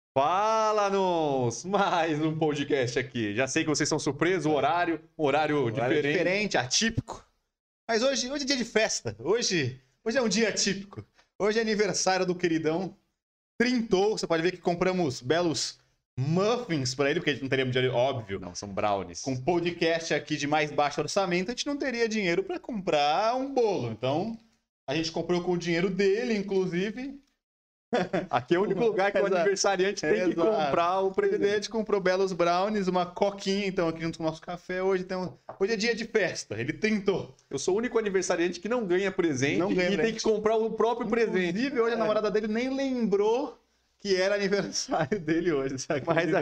Fala-nos! Mais um podcast aqui. Já sei que vocês são surpresos, o horário diferente. Atípico. Mas hoje é dia de festa. Hoje é um dia atípico. Hoje é aniversário do queridão. Trintou. Você pode ver que compramos belos muffins pra ele, porque a gente não teria dinheiro, óbvio. Não, são brownies. Com podcast aqui de mais baixo orçamento, a gente não teria dinheiro pra comprar um bolo. Então, a gente comprou com o dinheiro dele, inclusive. Aqui é o único lugar que o aniversariante tem que comprar o presente. A gente comprou belos brownies, uma coquinha, então, aqui junto com o nosso café. Hoje é dia de festa, ele tentou. Eu sou o único aniversariante que não ganha presente e tem que comprar o próprio presente. Inclusive, hoje a namorada dele nem lembrou que era aniversário dele hoje. Sabe? Mas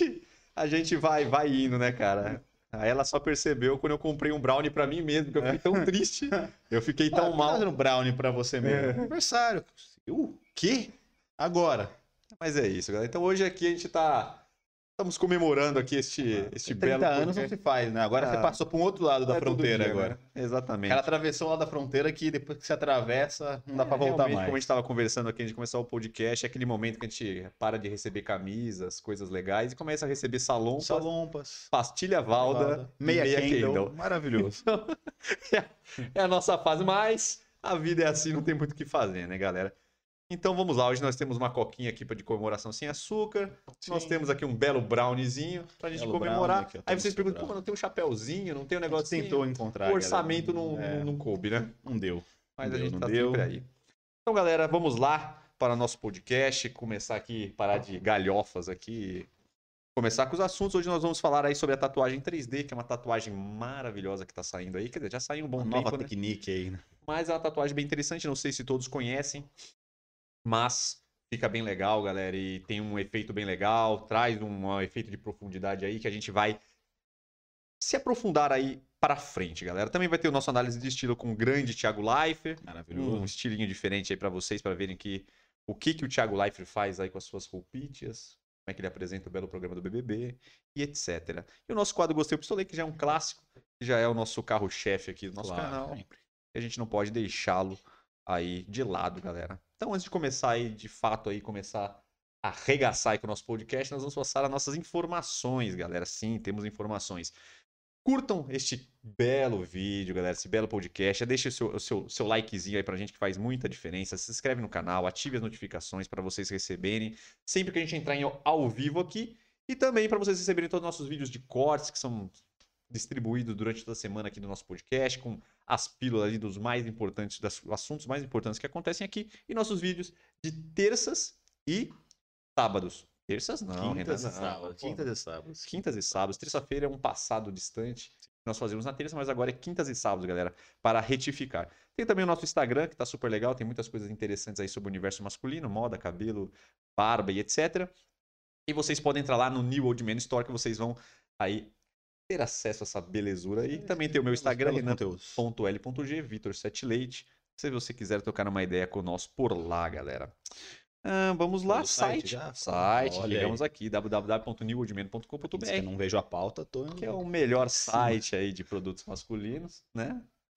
a gente vai indo, né, cara? Aí ela só percebeu quando eu comprei um brownie pra mim mesmo, que eu fiquei tão triste. Eu fiquei tão mal. Fazendo brownie pra você mesmo. Aniversário. O quê? Agora. Mas é isso, galera. Então hoje aqui a gente estamos comemorando aqui este belo 30 anos não se faz, né? Agora você passou para um outro lado da fronteira dia, agora. Né? Exatamente. O cara atravessou lá da fronteira que depois que você atravessa, não dá para voltar mais. Como a gente estava conversando aqui antes de começar o podcast, é aquele momento que a gente para de receber camisas, coisas legais e começa a receber salompas, pastilha Valda, meia Kendall. Maravilhoso. Então, é a nossa fase, mas a vida é assim, não tem muito o que fazer, né, galera? Então vamos lá, hoje nós temos uma coquinha aqui de comemoração sem açúcar. Sim. Nós temos aqui um belo browniezinho pra gente comemorar. Aqui, aí vocês perguntam, pô, não tem um chapéuzinho, não tem um negócio assim? Tentou encontrar. O orçamento não coube, né? Não deu. Mas a gente tá sempre aí. Então, galera, vamos lá para o nosso podcast. Começar aqui, parar de galhofas aqui. Começar com os assuntos. Hoje nós vamos falar aí sobre a tatuagem 3D, que é uma tatuagem maravilhosa que tá saindo aí. Quer dizer, já saiu um bom tempo, nova technique aí, né? Mas é uma tatuagem bem interessante, não sei se todos conhecem. Mas fica bem legal, galera, e tem um efeito bem legal, traz um efeito de profundidade aí que a gente vai se aprofundar aí para frente, galera. Também vai ter o nosso análise de estilo com o grande Thiago Leifert. Maravilhoso. Um estilinho diferente aí para vocês, para verem o que o Thiago Leifert faz aí com as suas roupitas, como é que ele apresenta o belo programa do BBB e etc. E o nosso quadro Gostei ou Pistolei, que já é um clássico, que já é o nosso carro-chefe aqui do nosso canal. Sempre. E a gente não pode deixá-lo aí de lado, galera. Então, antes de começar aí, de fato, aí, começar a arregaçar aí com o nosso podcast, nós vamos passar as nossas informações, galera. Sim, temos informações. Curtam este belo vídeo, galera, esse belo podcast. Já deixa o seu likezinho aí pra gente, que faz muita diferença. Se inscreve no canal, ative as notificações para vocês receberem sempre que a gente entrar ao vivo aqui. E também para vocês receberem todos os nossos vídeos de cortes, que são distribuído durante toda a semana aqui no nosso podcast, com as pílulas ali dos mais importantes, dos assuntos mais importantes que acontecem aqui, e nossos vídeos de terças e sábados. Terças não, Quintas e sábados. Quintas e sábados. Terça-feira é um passado distante. Nós fazemos na terça, mas agora é quintas e sábados, galera, para retificar. Tem também o nosso Instagram, que tá super legal, tem muitas coisas interessantes aí sobre o universo masculino, moda, cabelo, barba e etc. E vocês podem entrar lá no New Old Man Store, que vocês vão aí ter acesso a essa belezura. E também tem o meu Instagram, renan.l.g, Vitor7leite. Se você quiser trocar uma ideia conosco por lá, galera. Vamos lá, site. Chegamos aqui, www.newoldman.com.br. Eu não vejo a pauta, que é o melhor site aí de produtos masculinos, né?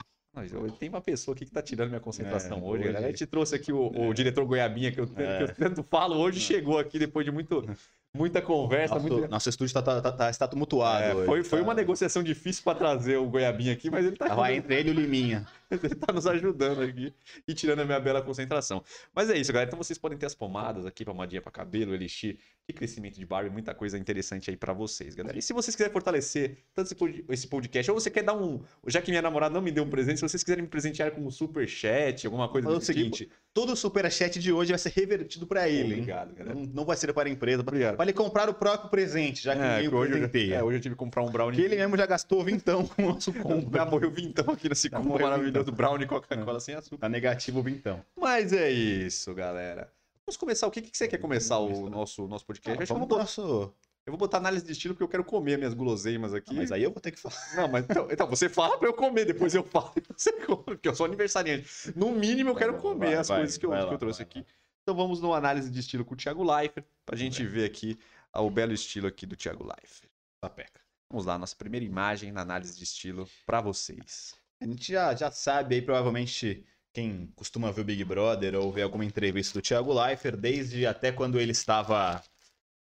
Tem uma pessoa aqui que tá tirando minha concentração hoje, galera. A gente trouxe aqui o diretor Goiabinha, que eu tanto falo hoje, chegou aqui depois de muita conversa. Nosso estúdio está tumultuado. Foi uma negociação difícil para trazer o Goiabinha aqui, mas ele tá... Vai entre ele e o Liminha. Ele tá nos ajudando aqui e tirando a minha bela concentração. Mas é isso, galera. Então vocês podem ter as pomadas aqui, pomadinha para cabelo, elixir de crescimento de barba e muita coisa interessante aí para vocês, galera. E se vocês quiserem fortalecer tanto esse podcast, ou você quer dar já que minha namorada não me deu um presente, se vocês quiserem me presentear com um superchat, alguma coisa desse tipo... É o seguinte, todo o superchat de hoje vai ser revertido para ele. Obrigado, galera. Não vai ser para a empresa. Obrigado. Para ele comprar o próprio presente, já que ninguém presenteia. Hoje eu tive que comprar um brownie. Que ele mesmo já gastou vintão com o nosso compra. Já morreu vintão aqui nesse combo maravilhoso brownie Coca-Cola sem açúcar. Tá negativo vintão. Mas é isso, galera. Vamos começar. O que você quer começar o nosso podcast? Eu vou botar análise de estilo porque eu quero comer minhas guloseimas aqui. Mas aí eu vou ter que falar. Não, mas então você fala pra eu comer, depois eu falo e você come, porque eu sou aniversariante. No mínimo eu quero comer as coisas que eu trouxe aqui. Então vamos numa análise de estilo com o Thiago Leifert, pra gente ver aqui o belo estilo aqui do Thiago Leifert. Sapeca. Vamos lá, nossa primeira imagem na análise de estilo pra vocês. A gente já sabe aí, provavelmente, quem costuma ver o Big Brother ou ver alguma entrevista do Thiago Leifert, desde até quando ele estava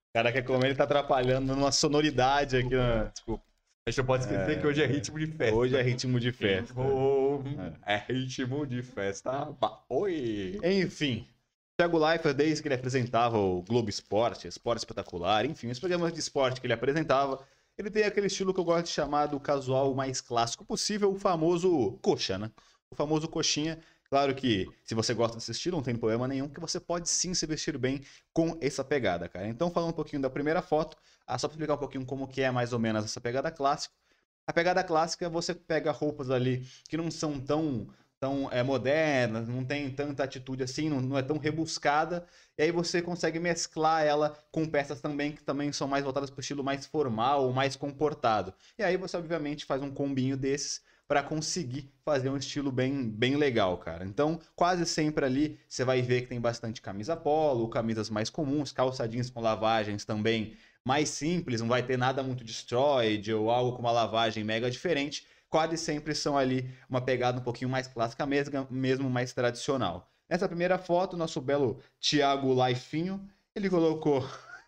cara quer comer, ele tá atrapalhando numa sonoridade aqui. Desculpa. A gente não pode esquecer que hoje é ritmo de festa. Hoje é ritmo de festa. É ritmo de festa. Oi! Enfim, Thiago Leifert, desde que ele apresentava o Globo Esporte, Esporte Espetacular, enfim, os programas de esporte que ele apresentava, ele tem aquele estilo que eu gosto de chamar do casual mais clássico possível, o famoso coxa, né? O famoso coxinha. Claro que se você gosta desse estilo, não tem problema nenhum, que você pode sim se vestir bem com essa pegada, cara. Então, falando um pouquinho da primeira foto, só para explicar um pouquinho como que é mais ou menos essa pegada clássica. A pegada clássica, você pega roupas ali que não são tão modernas, não tem tanta atitude assim, não é tão rebuscada, e aí você consegue mesclar ela com peças também que também são mais voltadas para o estilo mais formal ou mais comportado. E aí você, obviamente, faz um combinho desses para conseguir fazer um estilo bem legal, cara. Então, quase sempre ali você vai ver que tem bastante camisa polo, camisas mais comuns, calça jeans com lavagens também mais simples, não vai ter nada muito destroyed ou algo com uma lavagem mega diferente. Quase sempre são ali uma pegada um pouquinho mais clássica mesmo mais tradicional. Nessa primeira foto, nosso belo Thiago Laifinho, ele colocou...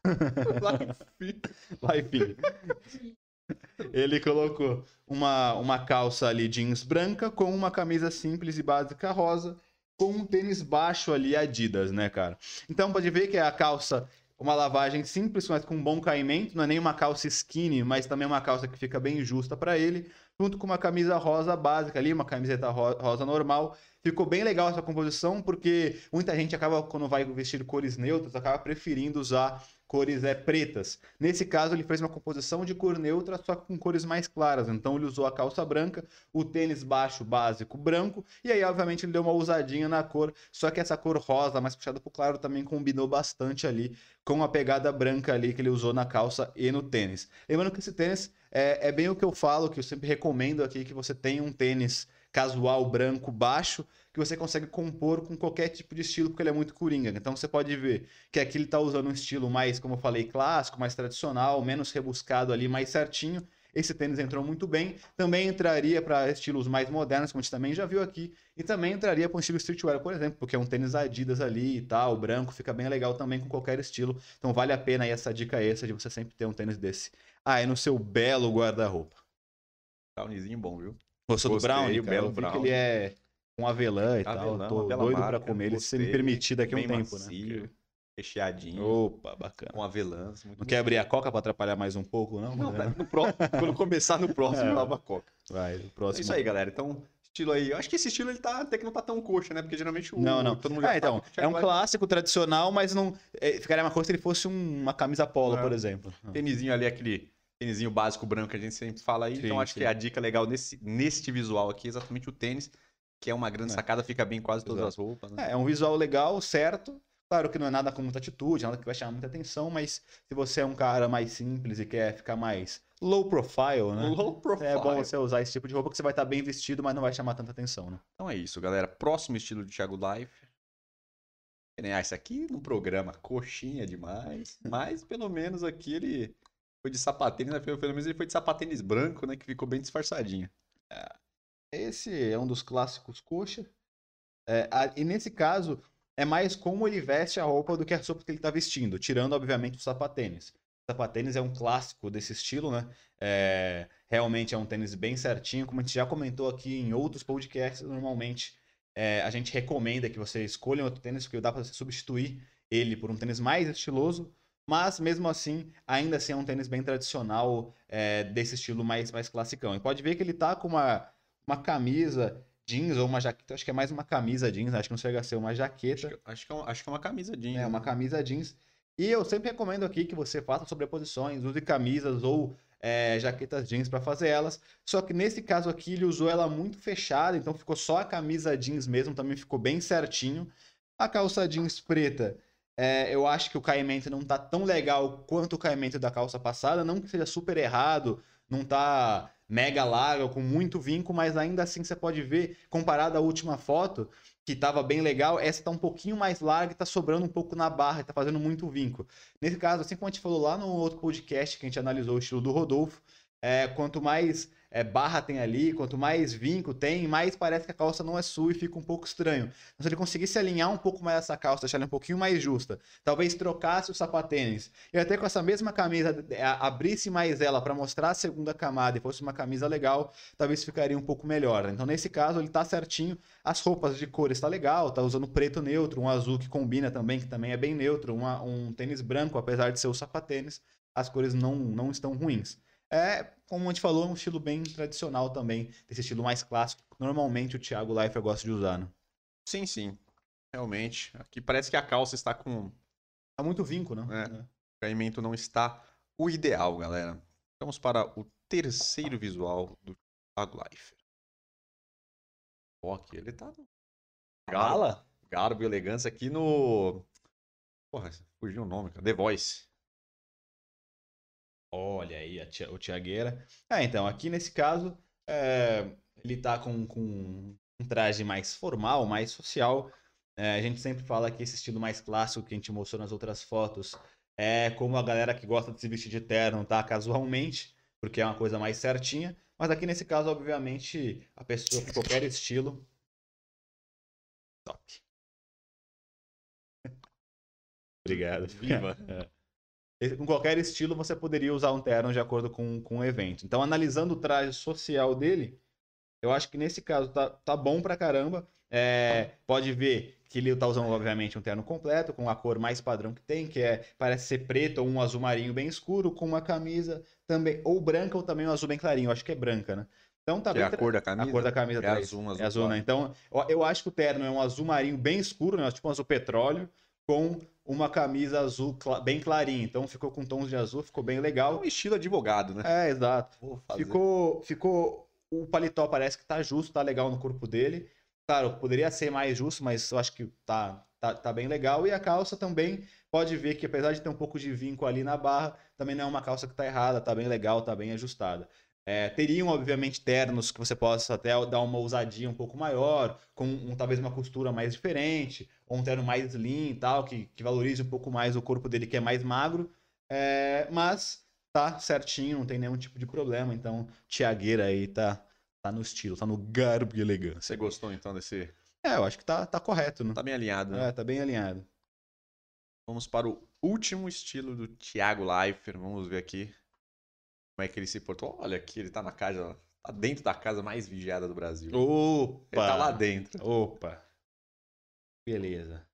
Laifinho. Ele colocou uma calça ali jeans branca com uma camisa simples e básica rosa com um tênis baixo ali Adidas, né, cara? Então pode ver que a calça, uma lavagem simples, mas com um bom caimento, não é nem uma calça skinny, mas também uma calça que fica bem justa para ele, junto com uma camisa rosa básica ali, uma camiseta rosa normal. Ficou bem legal essa composição, porque muita gente acaba, quando vai vestir cores neutras, acaba preferindo usar cores pretas. Nesse caso, ele fez uma composição de cor neutra, só com cores mais claras. Então, ele usou a calça branca, o tênis baixo básico branco, e aí, obviamente, ele deu uma ousadinha na cor, só que essa cor rosa, mais puxada pro claro, também combinou bastante ali com a pegada branca ali que ele usou na calça e no tênis. Lembrando que esse tênis é bem o que eu falo, que eu sempre recomendo aqui, que você tenha um tênis casual branco baixo, que você consegue compor com qualquer tipo de estilo, porque ele é muito coringa. Então você pode ver que aqui ele está usando um estilo mais, como eu falei, clássico, mais tradicional, menos rebuscado ali, mais certinho. Esse tênis entrou muito bem. Também entraria para estilos mais modernos, como a gente também já viu aqui. E também entraria para um estilo streetwear, por exemplo, porque é um tênis Adidas ali e tal, branco, fica bem legal também com qualquer estilo. Então vale a pena aí essa dica extra de você sempre ter um tênis desse aí no seu belo guarda-roupa. Browniezinho bom, viu? Gostou do brownie, o cara? belo Eu vi brownie. que ele é com avelã e tal. Avelã, Tô uma bela doido marca, pra comer ele, se gostei. me permitir daqui a um Bem tempo, macio, né? recheadinho, Opa, bacana. com avelãs. Não quer abrir a coca pra atrapalhar mais um pouco, não? Não, cara, quando começar no próximo, eu lavo a coca. Vai, o É próximo. isso aí, galera. Então, estilo aí. Eu acho que esse estilo ele até que não tá tão coxa, né? Porque geralmente Não. todo mundo já Então, sabe que o é um Thiago clássico tradicional, mas não ficaria uma coisa se ele fosse uma camisa polo, por exemplo. Tênisinho ali, aquele tênisinho básico branco que a gente sempre fala aí. Sim, Então, acho sim. que a dica legal neste visual aqui é exatamente o tênis, que é uma grande sacada, fica bem em quase todas as roupas, né? É um visual legal, certo? Claro que não é nada com muita atitude, nada que vai chamar muita atenção, mas se você é um cara mais simples e quer ficar mais low profile, né? Low profile. É bom você usar esse tipo de roupa que você vai estar bem vestido, mas não vai chamar tanta atenção, né? Então é isso, galera. Próximo estilo de Thiago Leifert. Isso aqui no programa coxinha demais, mas pelo menos aqui ele foi de sapatênis, né? Pelo menos ele foi de sapatênis branco, né? Que ficou bem disfarçadinho. Esse é um dos clássicos coxa. E nesse caso, é mais como ele veste a roupa do que a roupa que ele está vestindo, tirando, obviamente, o sapatênis. O sapatênis é um clássico desse estilo, né? Realmente é um tênis bem certinho, como a gente já comentou aqui em outros podcasts, normalmente a gente recomenda que você escolha outro tênis, porque dá para você substituir ele por um tênis mais estiloso, mas mesmo assim, ainda assim é um tênis bem tradicional, desse estilo mais classicão. E pode ver que ele tá com uma camisa jeans ou uma jaqueta, acho que é mais uma camisa jeans, acho que não chega a ser uma jaqueta. Acho que é uma camisa jeans. Uma camisa jeans. E eu sempre recomendo aqui que você faça sobreposições, use camisas ou jaquetas jeans para fazer elas. Só que nesse caso aqui ele usou ela muito fechada, então ficou só a camisa jeans mesmo, também ficou bem certinho. A calça jeans preta, eu acho que o caimento não tá tão legal quanto o caimento da calça passada, não que seja super errado, não tá mega larga, com muito vinco, mas ainda assim você pode ver, comparado à última foto, que tava bem legal, essa tá um pouquinho mais larga e tá sobrando um pouco na barra, e tá fazendo muito vinco. Nesse caso, assim como a gente falou lá no outro podcast que a gente analisou o estilo do Rodolfo, quanto mais barra tem ali, quanto mais vinco tem, mais parece que a calça não é sua e fica um pouco estranho. Então, se ele conseguisse alinhar um pouco mais essa calça, deixar ela um pouquinho mais justa, talvez trocasse o sapatênis e até com essa mesma camisa abrisse mais ela para mostrar a segunda camada e fosse uma camisa legal, talvez ficaria um pouco melhor. Então, nesse caso, ele tá certinho. As roupas de cor está legal, tá usando preto neutro, um azul que combina também, que também é bem neutro, um tênis branco, apesar de ser o sapatênis, as cores não estão ruins. Como a gente falou, um estilo bem tradicional também, desse estilo mais clássico, que normalmente o Thiago Leifert gosta de usar, né? Sim, sim. Realmente. Aqui parece que a calça está com... Tá muito vinco, né? O caimento não está o ideal, galera. Vamos para o terceiro visual do Thiago Leifert. Ó, aqui ele tá no garbo e elegância aqui no... Porra, fugiu o nome, cara. The Voice. Olha aí, o Thiagueira. Então, aqui nesse caso, ele tá com um traje mais formal, mais social. A gente sempre fala que esse estilo mais clássico que a gente mostrou nas outras fotos é como a galera que gosta de se vestir de terno, tá? Casualmente, porque é uma coisa mais certinha. Mas aqui nesse caso, obviamente, a pessoa com qualquer estilo. Top. Obrigado. Viva. Com qualquer estilo, você poderia usar um terno de acordo com o evento. Então, analisando o traje social dele, eu acho que nesse caso tá bom pra caramba. Pode ver que ele tá usando, obviamente, um terno completo, com a cor mais padrão que tem, parece ser preto ou um azul marinho bem escuro, com uma camisa também, ou branca ou também um azul bem clarinho. Eu acho que é branca, né? Então tá bem. A cor da camisa? A cor da camisa é azul, é azul, né? Então, eu acho que o terno é um azul marinho bem escuro, né? Tipo um azul petróleo, com uma camisa azul bem clarinha. Então ficou com tons de azul, ficou bem legal. Um estilo advogado, né? Exato. Ficou. O paletó parece que tá justo, tá legal no corpo dele. Claro, poderia ser mais justo, mas eu acho que tá bem legal. E a calça também, pode ver que apesar de ter um pouco de vinco ali na barra, também não é uma calça que tá errada, tá bem legal, tá bem ajustada. Teriam, obviamente, ternos que você possa até dar uma ousadia um pouco maior, com talvez uma costura mais diferente, ou um terno mais slim e tal, que valorize um pouco mais o corpo dele, que é mais magro. Mas tá certinho, não tem nenhum tipo de problema. Então, Thiagueira aí tá no estilo, tá no garbo e elegância. Você gostou então desse... Eu acho que tá correto, né? Tá bem alinhado, né? Tá bem alinhado. Vamos para o último estilo do Thiago Leifert. Vamos ver aqui como é que ele se portou. Olha aqui, ele tá na casa, tá dentro da casa mais vigiada do Brasil. Opa! Ele tá lá dentro. Opa! Beleza.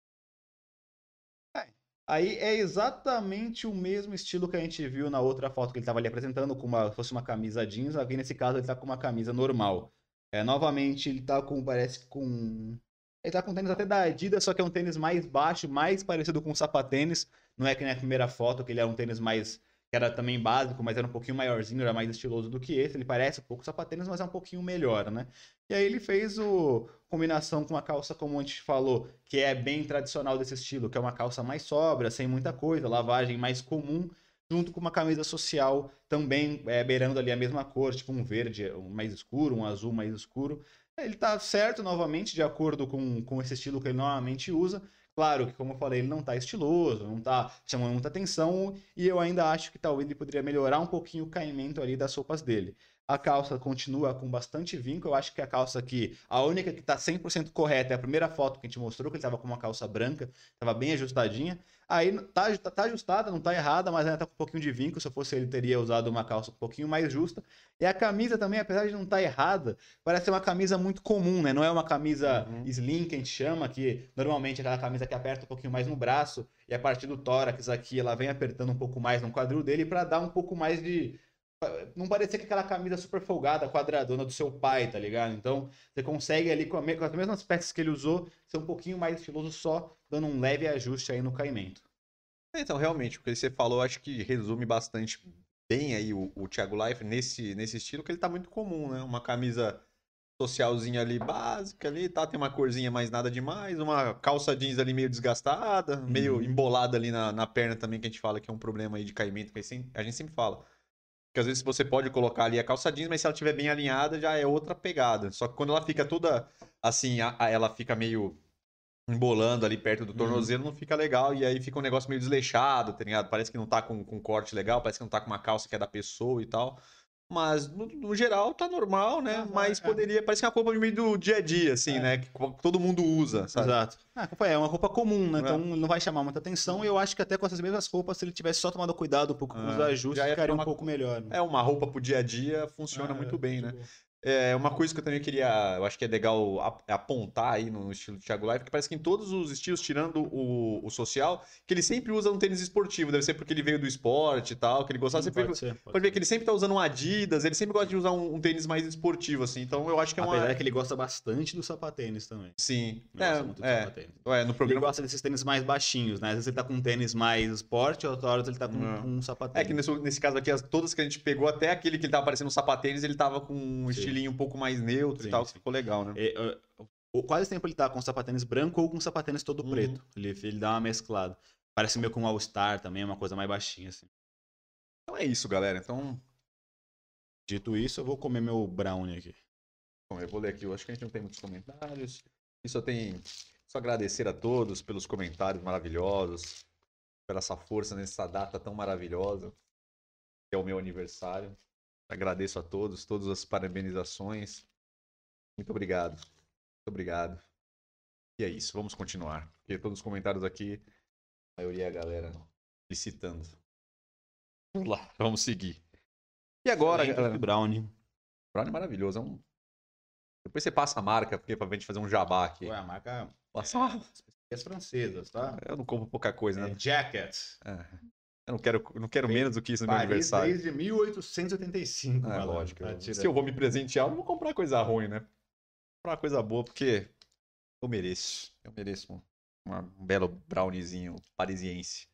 Aí é exatamente o mesmo estilo que a gente viu na outra foto que ele estava ali apresentando, como se fosse uma camisa jeans. Aqui nesse caso ele tá com uma camisa normal. Novamente ele tá parece com... Ele tá com tênis até da Adidas, só que é um tênis mais baixo, mais parecido com um sapatênis. Não é que nem a primeira foto, que ele era um tênis mais... que era também básico, mas era um pouquinho maiorzinho, era mais estiloso do que esse. Ele parece um pouco sapatênis, mas é um pouquinho melhor, né? E aí ele fez combinação com uma calça, como a gente falou, que é bem tradicional desse estilo, que é uma calça mais sóbria, sem muita coisa, lavagem mais comum, junto com uma camisa social também beirando ali a mesma cor, tipo um verde mais escuro, um azul mais escuro. Ele tá certo, novamente, de acordo com esse estilo que ele normalmente usa. Claro que, como eu falei, ele não tá estiloso, não tá chamando muita atenção, e eu ainda acho que talvez ele poderia melhorar um pouquinho o caimento ali das roupas dele. A calça continua com bastante vinco. Eu acho que a calça aqui, a única que tá 100% correta é a primeira foto que a gente mostrou, que ele tava com uma calça branca, tava bem ajustadinha. Aí tá ajustada, não tá errada, mas ainda tá com um pouquinho de vinco. Se eu fosse ele, teria usado uma calça um pouquinho mais justa. E a camisa também, apesar de não estar errada, parece ser uma camisa muito comum, né? Não é uma camisa slim que a gente chama, que normalmente é aquela camisa que aperta um pouquinho mais no braço, e a partir do tórax aqui ela vem apertando um pouco mais no quadril dele para dar um pouco mais de... Não parecer que aquela camisa super folgada, quadradona do seu pai, tá ligado? Então, você consegue ali, com as mesmas peças que ele usou, ser um pouquinho mais estiloso, só dando um leve ajuste aí no caimento. Então, realmente, o que você falou, acho que resume bastante bem aí o Thiago Leifert nesse estilo, que ele tá muito comum, né? Uma camisa socialzinha ali, básica ali, tá? Tem uma corzinha mais nada demais, uma calça jeans ali meio desgastada, meio embolada ali na perna também, que a gente fala que é um problema aí de caimento, que a gente sempre fala. Porque às vezes você pode colocar ali a calça jeans, mas se ela estiver bem alinhada, já é outra pegada. Só que quando ela fica toda assim, ela fica meio embolando ali perto do tornozelo, não fica legal. E aí fica um negócio meio desleixado, tá ligado? Parece que não tá com corte legal, parece que não tá com uma calça que é da pessoa e tal. Mas, no geral, tá normal, né? Mas poderia... Parece que é uma roupa meio do dia a dia, assim, né? Que todo mundo usa, sabe? Exato. É uma roupa comum, né? Então não vai chamar muita atenção. E eu acho que até com essas mesmas roupas, se ele tivesse só tomado cuidado um pouco com os ajustes, já ia ficaria ficar um pouco melhor. Né? É, uma roupa pro dia a dia funciona muito bem, né? É uma coisa que eu também queria, eu acho que é legal apontar aí no estilo do Thiago Live, que parece que em todos os estilos, tirando o social, que ele sempre usa um tênis esportivo, deve ser porque ele veio do esporte e tal, que ele gostava sempre. Pode ver que ele sempre tá usando um Adidas, ele sempre gosta de usar um tênis mais esportivo, assim, então eu acho que é Apesar que ele gosta bastante do sapatênis também. Sim. Ele gosta muito do sapatênis. No programa... Ele gosta desses tênis mais baixinhos, né? Às vezes ele tá com um tênis mais esporte, outra hora ele tá com um sapatênis. É que nesse caso aqui, todas que a gente pegou, até aquele que ele tava parecendo um sapatênis, ele tava com um estilinho um pouco mais neutro e tal, que ficou legal, né? Quase sempre ele tá com um sapatênis branco ou com um sapatênis todo preto. Ele dá uma mesclada. Parece meio com um All-Star também, uma coisa mais baixinha, assim. Então é isso, galera. Então, dito isso, eu vou comer meu brownie aqui. Bom, eu vou ler aqui. Eu acho que a gente não tem muitos comentários. E só agradecer a todos pelos comentários maravilhosos, pela essa força nessa data tão maravilhosa, que é o meu aniversário. Agradeço a todas as parabenizações. Muito obrigado. Muito obrigado. E é isso, vamos continuar. Porque todos os comentários aqui, a maioria é a galera felicitando. Vamos lá, vamos seguir. E agora, galera? Brownie. Brownie é maravilhoso. Depois você passa a marca, porque pra gente fazer um jabá aqui. Ué, a marca as francesas, tá? Eu não compro pouca coisa, né? Jacket. Eu não quero menos do que isso no meu aniversário. Desde 1885. Lógico. Se eu vou me presentear, eu não vou comprar coisa ruim, né? Vou comprar uma coisa boa, porque eu mereço. Eu mereço um belo browniezinho parisiense.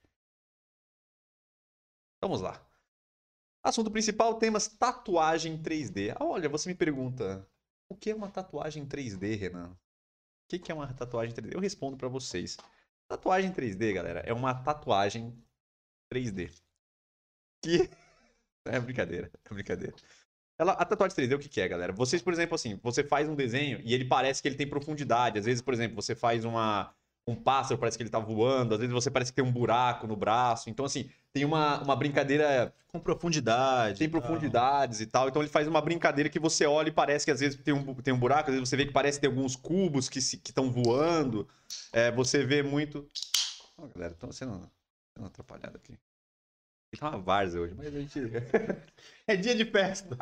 Vamos lá. Assunto principal, temas tatuagem 3D. Olha, você me pergunta, o que é uma tatuagem 3D, Renan? O que é uma tatuagem 3D? Eu respondo pra vocês. Tatuagem 3D, galera, é uma tatuagem 3D. Que... É brincadeira, é brincadeira. A tatuagem 3D, o que é, galera? Vocês, por exemplo, assim, você faz um desenho e ele parece que ele tem profundidade. Às vezes, por exemplo, você faz um pássaro, parece que ele tá voando. Às vezes você parece que tem um buraco no braço. Então, assim, tem uma brincadeira... Com profundidade. Tem profundidades e tal. Então ele faz uma brincadeira que você olha e parece que às vezes tem um buraco. Às vezes você vê que parece ter alguns cubos que estão voando. Você vê muito... galera, tô sendo atrapalhado aqui. Tá uma várzea hoje, mas a gente... É dia de festa.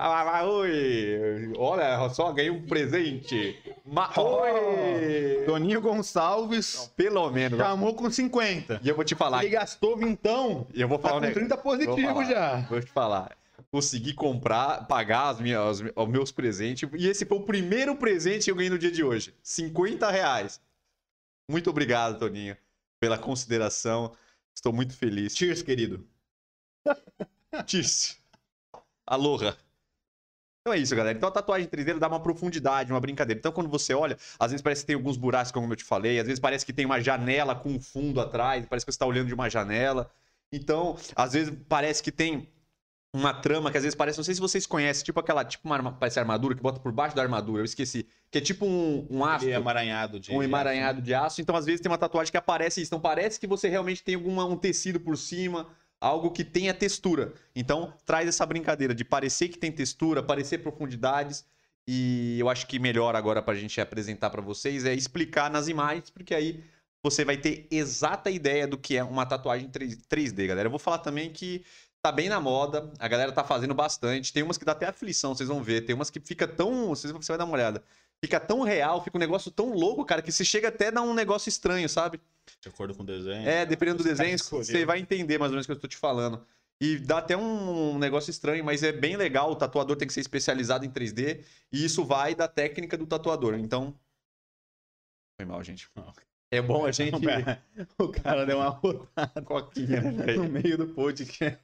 Oi! Olha só, ganhei um presente. Oi! Toninho Gonçalves. Não, pelo menos. Chamou com 50. E eu vou te falar. Ele gastou vintão. E eu vou falar com 30 positivo já. Vou te falar. Consegui pagar os meus presentes. E esse foi o primeiro presente que eu ganhei no dia de hoje. R$50. Muito obrigado, Toninho, pela consideração. Estou muito feliz. Cheers, querido. Cheers. Aloha. Então é isso, galera. Então a tatuagem 3D dá uma profundidade, uma brincadeira. Então quando você olha, às vezes parece que tem alguns buracos, como eu te falei. Às vezes parece que tem uma janela com um fundo atrás. Parece que você está olhando de uma janela. Então, às vezes parece que tem uma trama que às vezes parece... Não sei se vocês conhecem. Parece armadura que bota por baixo da armadura. Eu esqueci. Que é tipo um aço. Emaranhado de um emaranhado de aço. Então às vezes tem uma tatuagem que aparece isso. Então parece que você realmente tem um tecido por cima... Algo que tenha textura. Então, traz essa brincadeira de parecer que tem textura, parecer profundidades. E eu acho que melhor agora pra gente apresentar pra vocês é explicar nas imagens, porque aí você vai ter exata ideia do que é uma tatuagem 3D, galera. Eu vou falar também que tá bem na moda, a galera tá fazendo bastante. Tem umas que dá até aflição, vocês vão ver. Tem umas que fica tão... Você vai dar uma olhada. Fica tão real, fica um negócio tão louco, cara, que você chega até a dar um negócio estranho, sabe? De acordo com o desenho. Dependendo do desenho, você vai entender mais ou menos o que eu tô te falando. E dá até um negócio estranho, mas é bem legal. O tatuador tem que ser especializado em 3D. E isso vai da técnica do tatuador. Então... Foi mal, gente. É bom a gente... O cara deu uma rotada coquinha, né, no meio do podcast.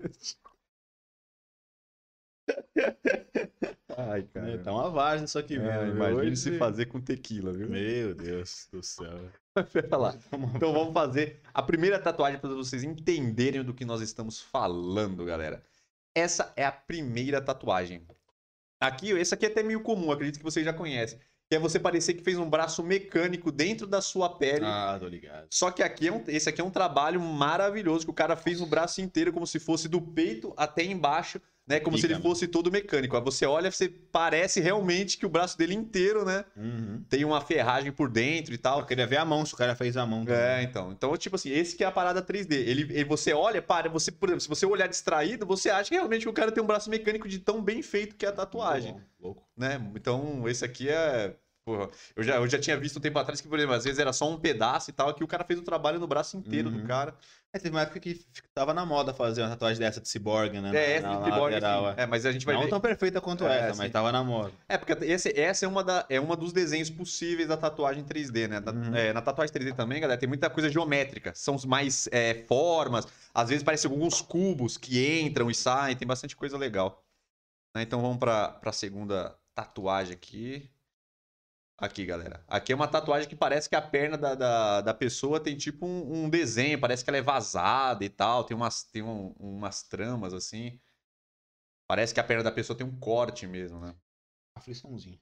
Ai, cara. Tá uma várzea isso aqui mesmo. Imagina se fazer com tequila, viu? Meu Deus do céu. Pera lá. Então vamos fazer a primeira tatuagem para vocês entenderem do que nós estamos falando, galera. Essa é a primeira tatuagem. Esse aqui é até meio comum, acredito que vocês já conhecem. Que é você parecer que fez um braço mecânico dentro da sua pele. Ah, tô ligado. Só que esse aqui é um trabalho maravilhoso que o cara fez no braço inteiro, como se fosse do peito até embaixo, né? Como se ele fosse todo mecânico. Aí você olha, você parece realmente que o braço dele inteiro, né? Tem uma ferragem por dentro e tal. Eu queria ver a mão, se o cara fez a mão também. Então. Então, tipo assim, esse que é a parada 3D. Você olha, você, por exemplo, se você olhar distraído, você acha que realmente o cara tem um braço mecânico de tão bem feito que é a tatuagem. Louco. Né? Então, esse aqui é... Porra, eu já tinha visto um tempo atrás que, por exemplo, às vezes era só um pedaço e tal, que o cara fez o trabalho no braço inteiro do cara. Teve uma época que tava na moda fazer uma tatuagem dessa de ciborgue, né? Essa de ciborgue, mas a gente vai ver... Não tão perfeita quanto essa, mas tava na moda. Porque essa é uma dos desenhos possíveis da tatuagem 3D, né? Na tatuagem 3D também, galera, tem muita coisa geométrica. São mais formas, às vezes parecem alguns cubos que entram e saem, tem bastante coisa legal. Né? Então vamos pra segunda tatuagem aqui. Aqui, galera. Aqui é uma tatuagem que parece que a perna da pessoa tem tipo um desenho, parece que ela é vazada e tal, tem umas tramas assim. Parece que a perna da pessoa tem um corte mesmo, né? Afliçãozinha.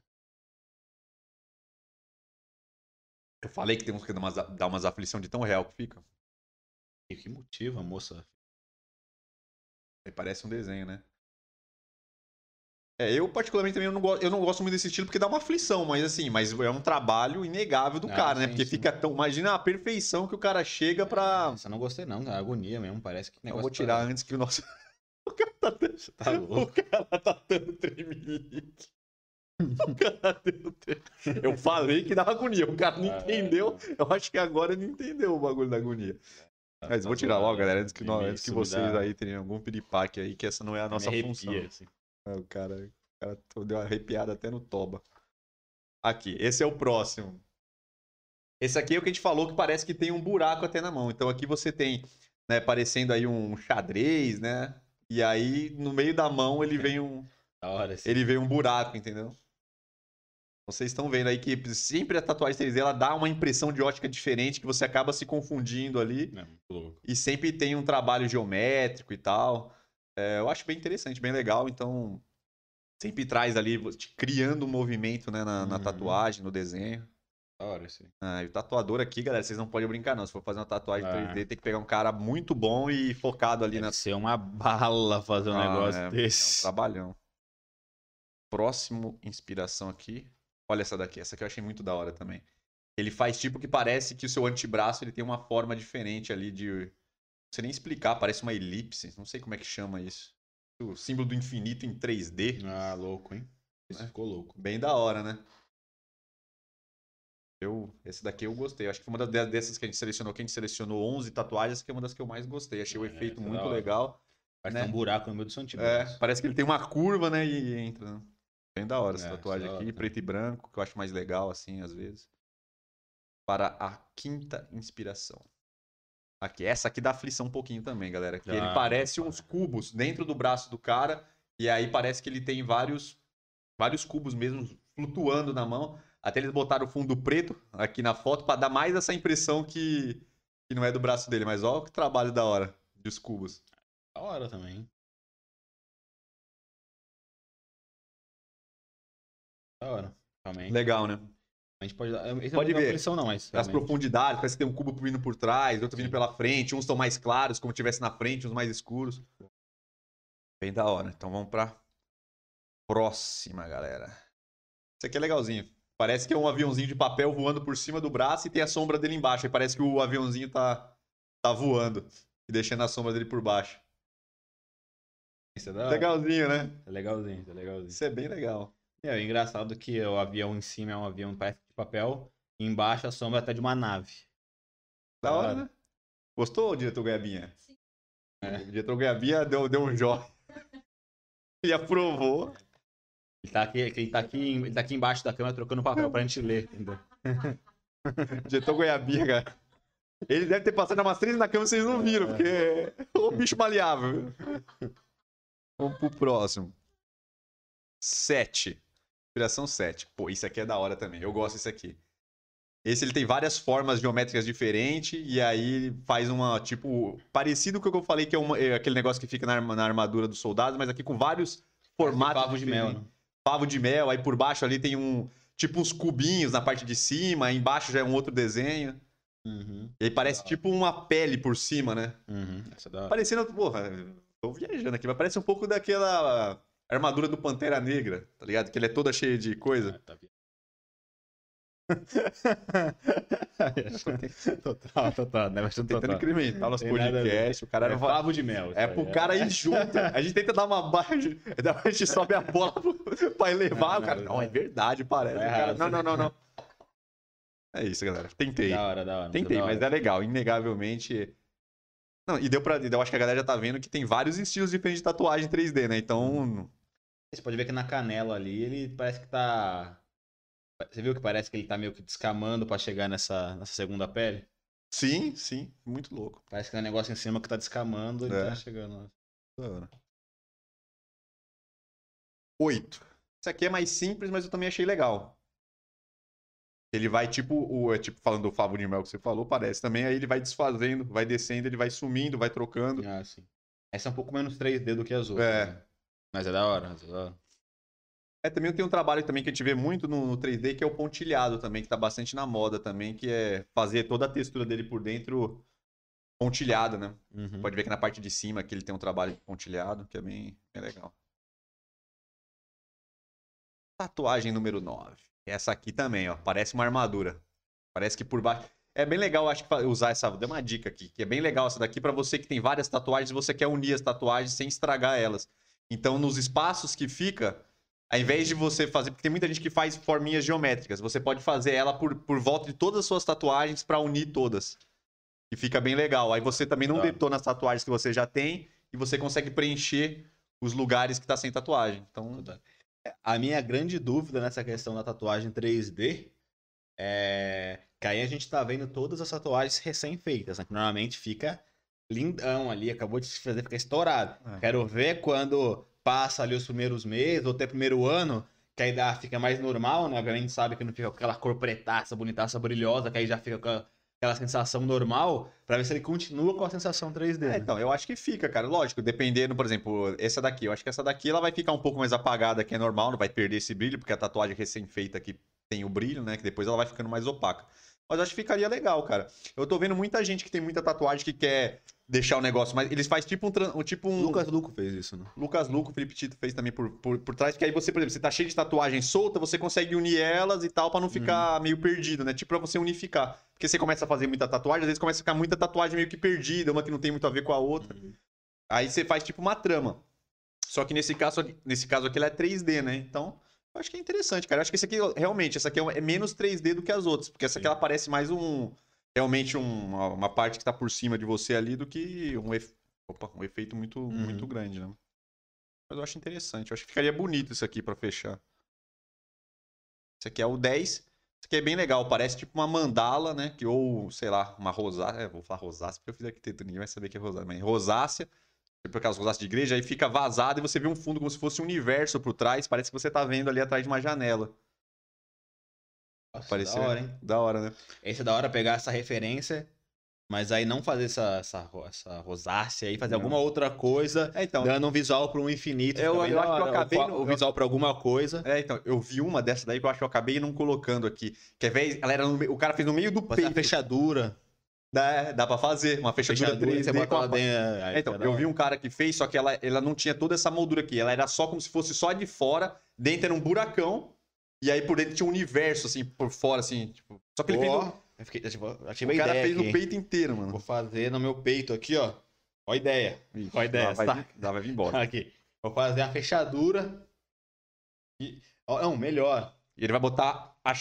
Eu falei que tem uns que dá umas aflição de tão real que fica. E que motivo a moça? Aí parece um desenho, né? Eu particularmente também eu não gosto muito desse estilo porque dá uma aflição, mas assim, é um trabalho inegável do cara, né? Porque fica tão. Imagina a perfeição que o cara chega pra. Isso eu não gostei, não, a agonia mesmo, parece que negócio. Eu vou tirar antes que o nosso. O cara tá louco. O cara tá dando tremelique. O cara deu tremelique. Eu falei que dava agonia, o cara não entendeu. Eu acho que agora ele entendeu o bagulho da agonia. Mas vou tirar logo, galera, antes que vocês aí tenham algum piripaque aí, que essa não é a nossa função. Assim. O cara deu uma arrepiada até no toba. Aqui, esse é o próximo. Esse aqui é o que a gente falou que parece que tem um buraco até na mão. Então aqui você tem, né, parecendo aí um xadrez, né? E aí no meio da mão ele vem ele vem um buraco, entendeu? Vocês estão vendo aí que sempre a tatuagem 3D ela dá uma impressão de ótica diferente que você acaba se confundindo ali. E sempre tem um trabalho geométrico e tal. Eu acho bem interessante, bem legal, então sempre traz ali, criando um movimento, né, na tatuagem, no desenho. Da hora, sim. E o tatuador aqui, galera, vocês não podem brincar não, se for fazer uma tatuagem 3D tem que pegar um cara muito bom e focado ali. Deve ser uma bala fazer um negócio desse. É um trabalhão. Próximo inspiração aqui, olha essa daqui, essa aqui eu achei muito da hora também. Ele faz tipo que parece que o seu antebraço ele tem uma forma diferente ali de... Não sei nem explicar, parece uma elipse. Não sei como é que chama isso. O símbolo do infinito em 3D. Louco, hein? Isso ficou louco. Bem da hora, né? Esse daqui eu gostei. Acho que foi uma dessas que a gente selecionou 11 tatuagens, que é uma das que eu mais gostei. Achei o efeito muito legal. Parece ter um buraco no meio do seu antebraço. Parece que ele tem uma curva, né? E entra. Bem da hora essa tatuagem aqui. Preto e branco, que eu acho mais legal, assim, às vezes. Para a quinta inspiração. Aqui, essa aqui dá aflição um pouquinho também, galera. Que ele parece uns cubos dentro do braço do cara. E aí parece que ele tem vários cubos mesmo flutuando na mão. Até eles botaram o fundo preto aqui na foto pra dar mais essa impressão que não é do braço dele. Mas olha que trabalho da hora dos cubos. Da hora também. Da hora, realmente. Legal, né? A gente pode dar. Pode ver. Aflição, não, mas as profundidades, parece que tem um cubo vindo por trás, outro vindo pela frente, uns estão mais claros, como se estivesse na frente, uns mais escuros. Bem da hora. Então vamos pra próxima, galera. Esse aqui é legalzinho. Parece que é um aviãozinho de papel voando por cima do braço e tem a sombra dele embaixo. Aí parece que o aviãozinho tá voando e deixando a sombra dele por baixo. Isso é da hora. Legalzinho, né? É legalzinho, é legalzinho. Isso é bem legal. É engraçado que o avião em cima é um avião parece de papel, e embaixo a sombra tá de uma nave. Da hora, né? Gostou, diretor Goiabinha? Sim. O diretor Goiabinha deu um joinha. E aprovou. Ele tá aqui embaixo da câmera trocando papel pra gente ler, entendeu? Diretor Goiabinha, cara. Ele deve ter passado umas 3 na câmera e vocês não viram, porque o bicho maleável. Vamos pro próximo. 7. Inspiração 7. Pô, isso aqui é da hora também. Eu gosto desse aqui. Esse ele tem várias formas geométricas diferentes e aí faz uma, tipo, parecido com o que eu falei, que é aquele negócio que fica na armadura do soldado, mas aqui com vários formatos pavo de mel, né? Pavo de mel, aí por baixo ali tem tipo uns cubinhos na parte de cima, aí embaixo já é um outro desenho. E aí parece tipo uma pele por cima, né? Essa da hora. Parecendo, porra, Tô viajando aqui, mas parece um pouco daquela armadura do Pantera Negra, tá ligado? Que ele é toda cheia de coisa. Tá total, né? Tentando incrementar nosso Tem nada a ver. podcast, o cara É não vai... favo de mel. É pro cara ir junto. A gente tenta dar uma baixa, a gente sobe a bola pra elevar. O cara, não, é verdade, parece. O cara, não. É isso, galera. Tentei. Da hora. Tentei, mas é legal. Inegavelmente. Não, e deu pra. Eu acho que a galera já tá vendo que tem vários estilos diferentes de tatuagem 3D, né? Então. Você pode ver que na canela ali, ele parece que tá... Você viu que parece que ele tá meio que descamando pra chegar nessa segunda pele? Sim. Muito louco. Parece que tem um negócio em cima que tá descamando e É. tá chegando. Da hora. 8. Isso aqui é mais simples, mas eu também achei legal. Ele vai tipo, falando do favo de mel que você falou, parece também, aí ele vai desfazendo, vai descendo, ele vai sumindo, vai trocando. Ah, sim. Essa é um pouco menos 3D do que as outras. É. Né? Mas é da hora. Também tem um trabalho também que a gente vê muito no 3D, que é o pontilhado também, que tá bastante na moda também, que é fazer toda a textura dele por dentro pontilhada, né? Uhum. Pode ver que na parte de cima aqui ele tem um trabalho de pontilhado, que é bem legal. Tatuagem número 9. Essa aqui também, ó. Parece uma armadura. Parece que por baixo... É bem legal, acho que usar essa... Deu uma dica aqui, que é bem legal essa daqui pra você que tem várias tatuagens e você quer unir as tatuagens sem estragar elas. Então, nos espaços que fica, ao invés de você fazer... Porque tem muita gente que faz forminhas geométricas. Você pode fazer ela por volta de todas as suas tatuagens pra unir todas. E fica bem legal. Aí você também não detona as tatuagens que você já tem e você consegue preencher os lugares que tá sem tatuagem. Então... A minha grande dúvida nessa questão da tatuagem 3D é que aí a gente tá vendo todas as tatuagens recém-feitas, né? Que normalmente fica lindão ali, acabou de se fazer, fica estourado. É. Quero ver quando passa ali os primeiros meses ou até primeiro ano, que aí fica mais normal, né? Obviamente sabe que não fica com aquela cor pretaça, bonitaça, brilhosa, que aí já fica com aquela sensação normal, pra ver se ele continua com a sensação 3D. Né? Então, eu acho que fica, cara. Lógico, dependendo, por exemplo, essa daqui. Eu acho que essa daqui ela vai ficar um pouco mais apagada, que é normal, não vai perder esse brilho, porque a tatuagem recém-feita aqui tem o brilho, né? Que depois ela vai ficando mais opaca. Mas eu acho que ficaria legal, cara. Eu tô vendo muita gente que tem muita tatuagem que quer deixar o negócio, mas eles fazem tipo um... Lucas Luco fez isso, né? Lucas Luco, o Felipe Tito fez também por trás, porque aí você, por exemplo, você tá cheio de tatuagem solta, você consegue unir elas e tal, pra não ficar meio perdido, né? Tipo, pra você unificar. Porque você começa a fazer muita tatuagem, às vezes começa a ficar muita tatuagem meio que perdida, uma que não tem muito a ver com a outra. Aí você faz tipo uma trama. Só que nesse caso aqui ela é 3D, né? Então, eu acho que é interessante, cara. Eu acho que esse aqui, realmente, essa aqui é menos 3D do que as outras, porque essa aqui ela parece mais realmente uma parte que tá por cima de você ali do que um efeito muito grande, né? Mas eu acho interessante. Eu acho que ficaria bonito isso aqui pra fechar. Esse aqui é o 10. Esse aqui é bem legal. Parece tipo uma mandala, né? Ou, sei lá, uma rosácea. Vou falar rosácea porque eu fiz arquitetura. Ninguém vai saber que é rosácea. Mas rosácea. Tipo aquelas rosáceas de igreja. Aí fica vazado e você vê um fundo como se fosse um universo por trás. Parece que você tá vendo ali atrás de uma janela. Nossa, Parecia... da hora, hein? Da hora, né? Esse é da hora pegar essa referência, mas aí não fazer essa rosácea aí, fazer alguma outra coisa, então, dando um visual para um infinito. Eu acho que eu acabei... O visual para alguma coisa. Então, eu vi uma dessa daí que eu acho que eu acabei não colocando aqui. Que ela era o cara fez no meio do peito. A fechadura. Dá pra fazer uma fechadura 3D. Você bota lá dentro, então, eu vi um cara que fez, só que ela não tinha toda essa moldura aqui. Ela era só como se fosse só de fora, dentro era um buracão, e aí por dentro tinha um universo, assim, por fora, assim, tipo... Só que ele fez... Achei o cara fez no peito inteiro, mano. Vou fazer no meu peito aqui, ó. Ó a ideia. Ó a ideia, vai vir embora. Aqui. Vou fazer a fechadura. E... Não, melhor. E ele vai botar a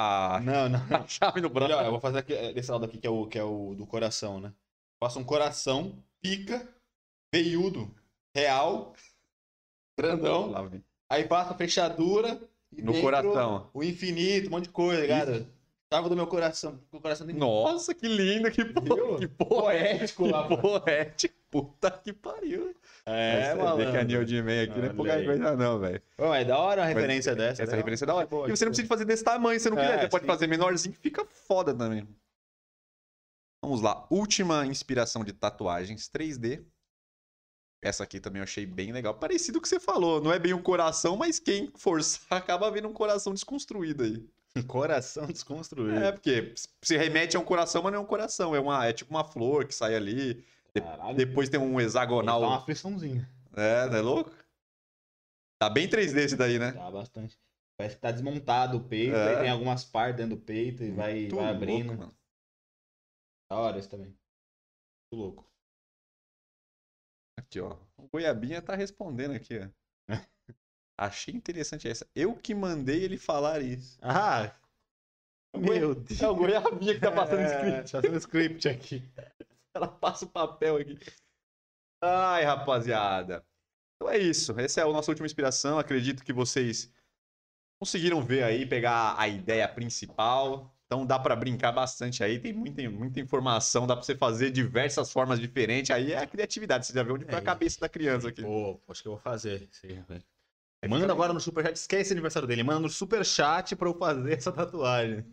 chave no braço. Melhor, eu vou fazer aqui, desse lado aqui, que é o do coração, né? Faço um coração, pica, veiudo, real, grandão. Lá vem. Aí faço a fechadura. E no coração. O infinito, um monte de coisa, ligado? Tava do meu coração. O coração tem... Nossa, que lindo, que poético lá. Poético. Puta que pariu. Mano. Vê que a Neil de Man aqui não é pouca coisa não, velho. É da hora a referência dessa. Essa referência é da hora. E você não precisa fazer desse tamanho, você não quiser. Você pode fazer menorzinho que fica foda também. Vamos lá. Última inspiração de tatuagens 3D. Essa aqui também eu achei bem legal. Parecido com o que você falou. Não é bem um coração, mas quem forçar acaba vendo um coração desconstruído aí. Coração desconstruído. Porque se remete a um coração, mas não é um coração. É tipo uma flor que sai ali. Caralho. Depois tem um Dá hexagonal. uma afliçãozinha. É, não é louco? Tá bem 3D esse daí, né? Dá bastante. Parece que tá desmontado o peito, É. aí tem algumas partes dentro do peito e vai Muito abrindo. louco, mano. Da hora esse também. Muito louco. Aqui, ó. O Goiabinha tá respondendo aqui, ó. Achei interessante essa. Eu que mandei ele falar isso. Ah! Meu Deus. É o Goiabinha que tá passando script. Tá fazendo script aqui. Ela passa o papel aqui. Ai, rapaziada. Então é isso. Essa é a nossa última inspiração. Acredito que vocês conseguiram ver aí, pegar a ideia principal. Então dá pra brincar bastante aí. Tem muita informação. Dá pra você fazer diversas formas diferentes. Aí é a criatividade. Você já vê onde foi a cabeça da criança aqui. Pô, acho que eu vou fazer. Manda agora no superchat. Esquece o aniversário dele. Manda no superchat pra eu fazer essa tatuagem.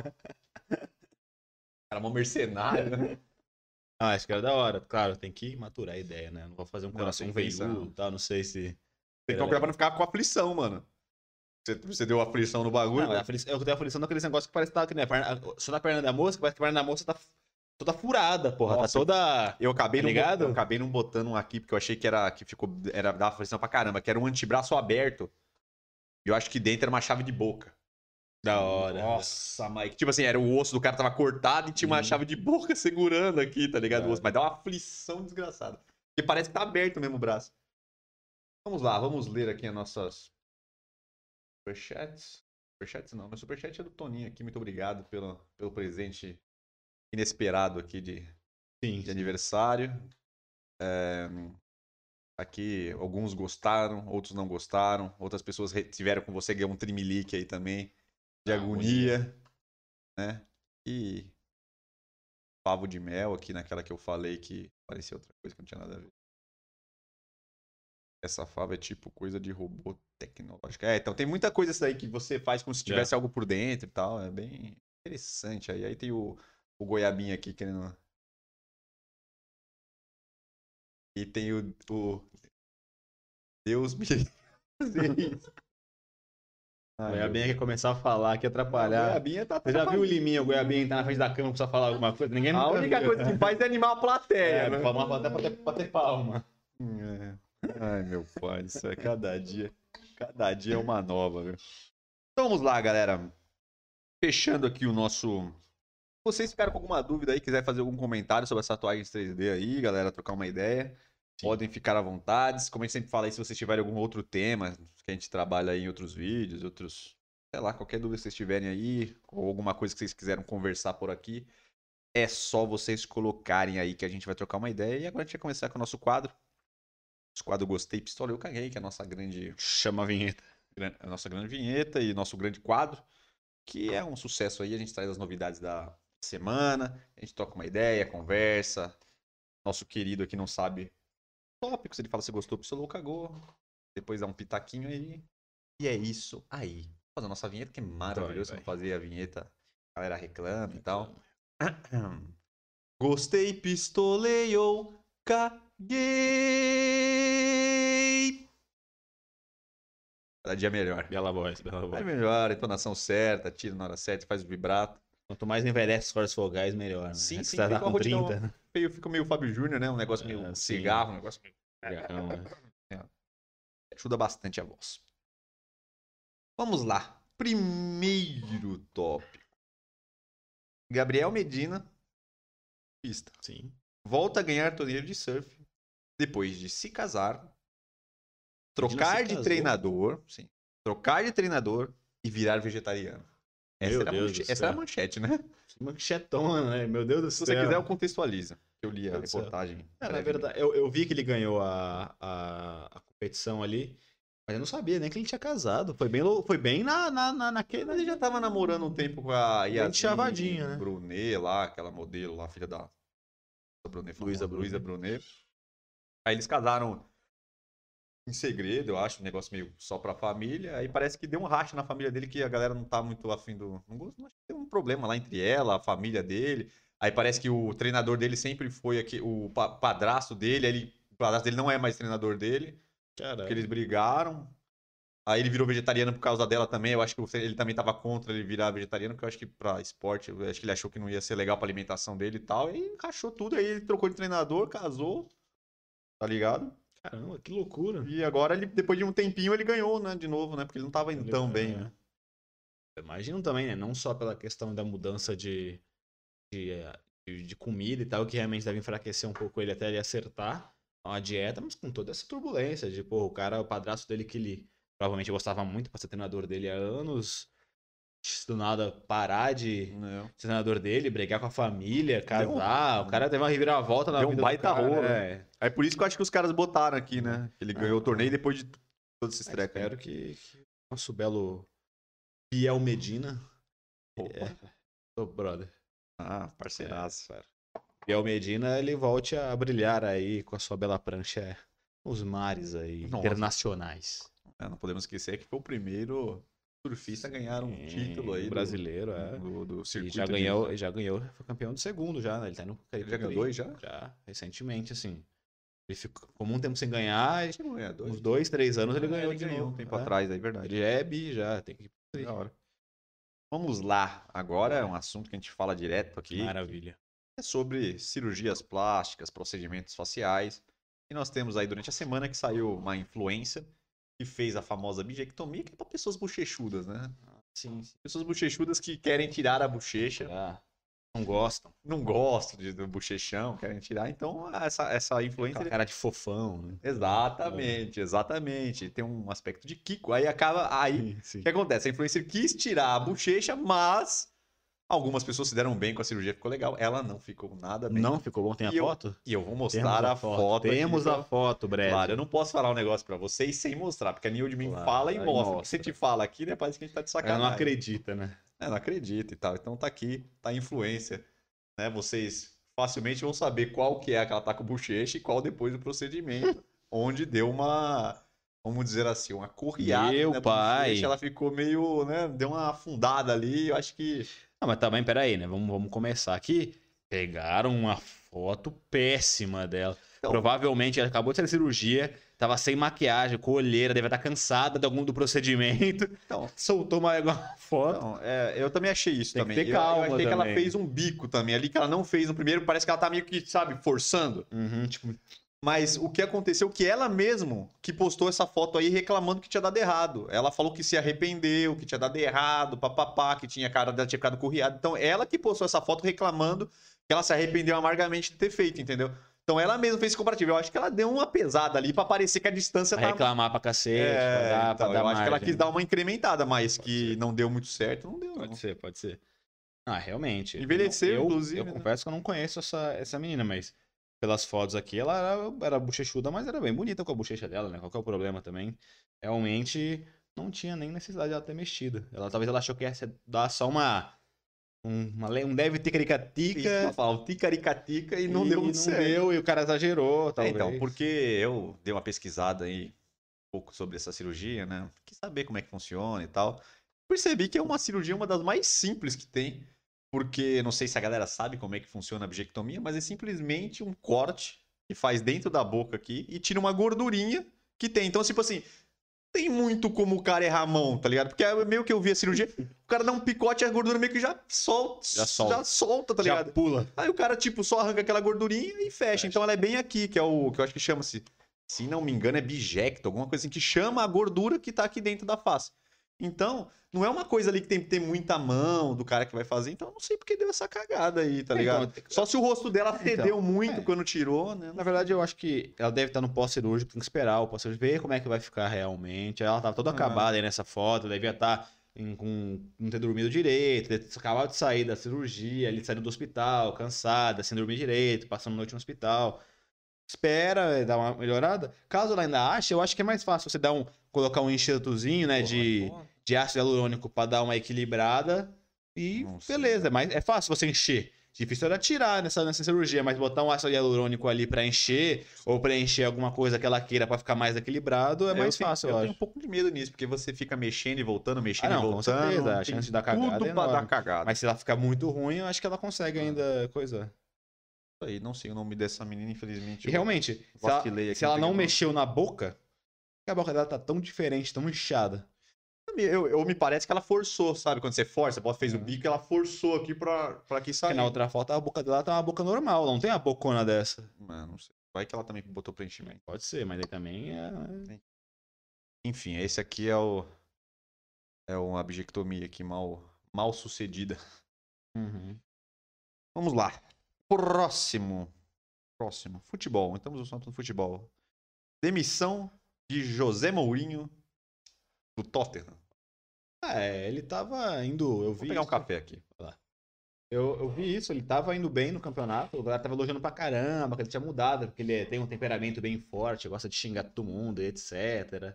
Cara, mó mercenário, né? Ah, acho que era da hora. Claro, tem que maturar a ideia, né? Não vou fazer um coração tem que pensar. veiudo e tal. Não sei se. Tem que tomar cuidado pra não ficar com aflição, mano. Você deu aflição no bagulho. Não, eu tenho aflição daqueles negócios que parece que tá que nem só na perna da moça, parece que a perna da moça tá toda furada, porra. Nossa, tá toda. Eu acabei, Tá ligado? eu acabei não botando um aqui, porque eu achei que era dava aflição pra caramba, que era um antebraço aberto. E eu acho que dentro era uma chave de boca. Da hora. Nossa, Mike. Tipo assim, era o osso do cara tava cortado e tinha uma chave de boca segurando aqui, tá ligado? O osso. Mas dá uma aflição desgraçada. Porque parece que tá aberto mesmo o braço. Vamos lá, vamos ler aqui as nossas superchats. Superchats não, meu superchat é do Toninho aqui. Muito obrigado pelo presente inesperado aqui de Sim. aniversário. Aqui, alguns gostaram, outros não gostaram. Outras pessoas tiveram com você, ganhou um trimelique aí também. De agonia, né? E pavo de mel aqui naquela que eu falei que parecia outra coisa que não tinha nada a ver. Essa fava é tipo coisa de robô tecnológico. Então tem muita coisa isso daí que você faz como se tivesse algo por dentro e tal. É bem interessante. Aí tem o Goiabinha aqui querendo. E tem o Deus me fazer isso. O Goiabinha quer começar a falar, quer atrapalhar. O Goiabinha tá Você já viu o Liminha, o Goiabinha tá na frente da cama, precisa falar alguma coisa? Ninguém A única coisa que faz é animar a plateia, né? Até pra bater palma. Ai, meu pai, isso é cada dia é uma nova, viu? Então vamos lá, galera. Fechando aqui o nosso... Se vocês ficaram com alguma dúvida aí, quiser fazer algum comentário sobre essa tatuagem 3D aí, galera, trocar uma ideia, podem ficar à vontade. Como a gente sempre fala aí, se vocês tiverem algum outro tema que a gente trabalha aí em outros vídeos, sei lá, qualquer dúvida que vocês tiverem aí, ou alguma coisa que vocês quiserem conversar por aqui, é só vocês colocarem aí que a gente vai trocar uma ideia. E agora a gente vai começar com o nosso quadro. Nosso quadro Gostei, Pistola, Eu Caguei, que é a nossa grande... Chama a vinheta. A nossa grande vinheta e nosso grande quadro, que é um sucesso aí. A gente traz as novidades da semana, a gente troca uma ideia, conversa. Nosso querido aqui não sabe tópicos, ele fala se gostou, pistolou, cagou. Depois dá um pitaquinho aí. E é isso aí. Vou fazer a nossa vinheta, que é maravilhoso. Não fazer a vinheta, a galera reclama e tal. Gostei, pistolei ou caguei. Cada dia melhor. Bela voz, bela voz. É melhor, a entonação certa, tira na hora certa, faz o vibrato. Quanto mais envelhece as cordas vocais, melhor. Né? Sim, você tá com 30. Né? Fica meio Fábio Júnior, né? Um negócio meio cigarro, um negócio meio... Ajuda bastante a voz. Vamos lá. Primeiro tópico. Gabriel Medina, pista. Sim. Volta a ganhar torneio de surf depois de se casar, trocar de treinador, trocar de treinador e virar vegetariano. Essa era a manchete, né? Manchetona, né? Meu Deus do céu. Se você quiser, eu contextualizo. Eu li a reportagem. Na verdade, eu vi que ele ganhou a competição ali, mas eu não sabia nem que ele tinha casado. Foi bem naquele... Mas ele já tava namorando um tempo com a Yasmin, né? Brunet lá, aquela modelo lá, filha da Brunet, Luísa Brunet. Aí eles casaram em segredo, eu acho, um negócio meio só pra família. Aí parece que deu um racha na família dele que a galera não tá muito afim do... Não acho que tem um problema lá entre ela, a família dele. Aí parece que o treinador dele sempre foi aqui, o padrasto dele. O padrasto dele não é mais treinador dele. Caralho. Porque eles brigaram. Aí ele virou vegetariano por causa dela também. Eu acho que ele também tava contra ele virar vegetariano, porque eu acho que pra esporte, eu acho que ele achou que não ia ser legal pra alimentação dele e tal. E encaixou tudo. Aí ele trocou de treinador, casou, tá ligado? Caramba, que loucura. E agora, depois de um tempinho, ele ganhou, né? De novo, né? Porque ele não tava indo tão bem, né? Imagino também, né? Não só pela questão da mudança de comida e tal, que realmente deve enfraquecer um pouco ele até ele acertar a dieta, mas com toda essa turbulência de, pô, o padrasto dele que ele provavelmente gostava muito pra ser treinador dele há anos, do nada parar de Não. ser treinador dele, brigar com a família, casar, o cara teve uma reviravolta na Deu um vida do baita cara, rolo. é. Aí por isso que eu acho que os caras botaram aqui, né? Ele ganhou o torneio depois de todo esse treco aí. Espero que o nosso belo Biel Medina, ô brother, Ah, parceiraço. Biel Medina, ele volte a brilhar aí com a sua bela prancha nos mares aí, Nossa. internacionais. Não podemos esquecer que foi o primeiro surfista a ganhar um título aí brasileiro, do E circuito. já ganhou, foi campeão do segundo já, né? Ele tá no Ele já ganhou 2 já? Já, recentemente, assim. Ele ficou um tempo sem ganhar, e Chegou a ganhar 2. uns 2, 3 anos ele ganhou de novo. um tempo atrás, aí, verdade. Ele é bi já, tem que ir. Da hora. Vamos lá. Agora é um assunto que a gente fala direto aqui. Maravilha. É sobre cirurgias plásticas, procedimentos faciais. E nós temos aí durante a semana que saiu uma influencer que fez a famosa bichectomia, que é para pessoas bochechudas, né? Sim. Pessoas bochechudas que querem tirar a bochecha, Não gostam. não gostam do bochechão, querem tirar. Então, essa influencer. Aquela cara de fofão, né? Exatamente, exatamente. Tem um aspecto de Kiko. Aí acaba. Aí Sim. o que acontece? A influencer quis tirar a bochecha, mas algumas pessoas se deram bem com a cirurgia, ficou legal. Ela não ficou nada bem. Não ficou bom? Tem a E eu- foto? E eu vou Temos mostrar a foto. Temos aqui, a foto, Brad. Claro, eu não posso falar um negócio pra vocês sem mostrar, porque a New de mim Claro, fala e aí mostra. mostra. Se a gente fala aqui, né, parece que a gente tá de Ela sacanagem. não acredita, né? Não acredita e tal. Então tá aqui, tá a influência. Né? Vocês facilmente vão saber qual que é a que ela tá com bochecha e qual depois do procedimento, onde deu uma, vamos dizer assim, uma correada. Meu na pai. bochecha, ela ficou meio, né, deu uma afundada ali, eu acho que... Não, mas também, peraí, né? Vamos começar aqui. Pegaram uma foto péssima dela. Então- Provavelmente ela acabou de sair da cirurgia, tava sem maquiagem, com olheira, deve estar cansada de algum do procedimento. Então, Soltou uma foto. Não, eu também achei isso Tem que também. ter calma eu achei que ela também. fez um bico também ali, que ela não fez no primeiro. Parece que ela tá meio que, sabe, forçando. Tipo, Mas o que aconteceu que ela mesmo que postou essa foto aí reclamando que tinha dado errado. Ela falou que se arrependeu, que tinha dado errado, papapá, que tinha a cara dela tinha ficado corriada. Então ela que postou essa foto reclamando que ela se arrependeu amargamente de ter feito, entendeu? Então ela mesma fez esse comparativo. Eu acho que ela deu uma pesada ali pra parecer que a distância pra tá... reclamar pra cacete, pra então, dar eu acho que ela margem. quis dar uma incrementada, mas Pode que ser. não deu muito certo, não deu, não. Pode ser. Ah, realmente. Envelheceu, eu, inclusive, Eu né? confesso que eu não conheço essa menina, mas pelas fotos aqui, ela era bochechuda, mas era bem bonita com a bochecha dela, né? Qual que é o problema também? Realmente não tinha nem necessidade dela ter mexido. Talvez ela achou que ia dar só um leve Isso que ticaricatica. eu falo, ticaricatica e não deu muito certo. Deu, e o cara exagerou, talvez. Então, porque eu dei uma pesquisada aí um pouco sobre essa cirurgia, né? Quis saber como é que funciona e tal. Percebi que é uma cirurgia uma das mais simples que tem, porque não sei se a galera sabe como é que funciona a bichectomia, mas é simplesmente um corte que faz dentro da boca aqui e tira uma gordurinha que tem. Então, tipo assim, tem muito como o cara errar a mão, tá ligado? Porque é meio que eu vi a cirurgia, o cara dá um picote e a gordura meio que já solta, Já solta. tá Já ligado? pula. Aí o cara, tipo, só arranca aquela gordurinha e fecha. Então ela é bem aqui, que é o que eu acho que chama-se, se não me engano, é bijecto, alguma coisa assim, que chama a gordura que tá aqui dentro da face. Então, não é uma coisa ali que tem que ter muita mão do cara que vai fazer. Então, eu não sei porque deu essa cagada aí, tá ligado? Então, Só se o rosto dela cedeu muito é. quando tirou, né? Na verdade, eu acho que ela deve estar no pós-cirúrgico, tem que esperar o pós-cirúrgico, ver como é que vai ficar realmente. Ela tava toda acabada aí nessa foto, devia estar com não ter dormido direito, ter acabado de sair da cirurgia, ali saindo do hospital, cansada, sem dormir direito, passando a noite no hospital. Espera dar uma melhorada. Caso ela ainda ache, eu acho que é mais fácil você colocar um enxertozinho, né, de ácido hialurônico para dar uma equilibrada e Não sei. beleza. Mas é fácil você encher. Difícil era tirar nessa cirurgia, mas botar um ácido hialurônico ali para encher ou preencher alguma coisa que ela queira para ficar mais equilibrado é mais fácil, eu eu tenho um acho. pouco de medo nisso, porque você fica mexendo e voltando, mexendo Ah, não, e com voltando. certeza, a tem chance de dar cagada tudo é pra dar enorme. cagada. Mas se ela ficar muito ruim, eu acho que ela consegue ainda coisa. Aí, não sei o nome dessa menina, infelizmente. E realmente, vacilei aqui, se ela não não peguei o nome. mexeu na boca, que a boca dela tá tão diferente, tão inchada? Eu me parece que ela forçou, sabe? Quando você força, fez o bico, ela forçou aqui pra que Porque saia. na outra foto a boca dela tá uma boca normal, não tem a bocona dessa. Mano, não sei. Vai que ela também botou preenchimento. Pode ser, mas aí também é... Enfim, esse aqui é uma bichectomia aqui mal sucedida. Uhum. Vamos lá. Próximo. Futebol. Estamos no assunto do futebol. Demissão de José Mourinho do Tottenham. Ele tava indo, eu Vou vi pegar um isso. café aqui. Eu vi isso, ele tava indo bem no campeonato, o galera tava elogiando pra caramba, que ele tinha mudado, porque ele tem um temperamento bem forte, gosta de xingar todo mundo, etc.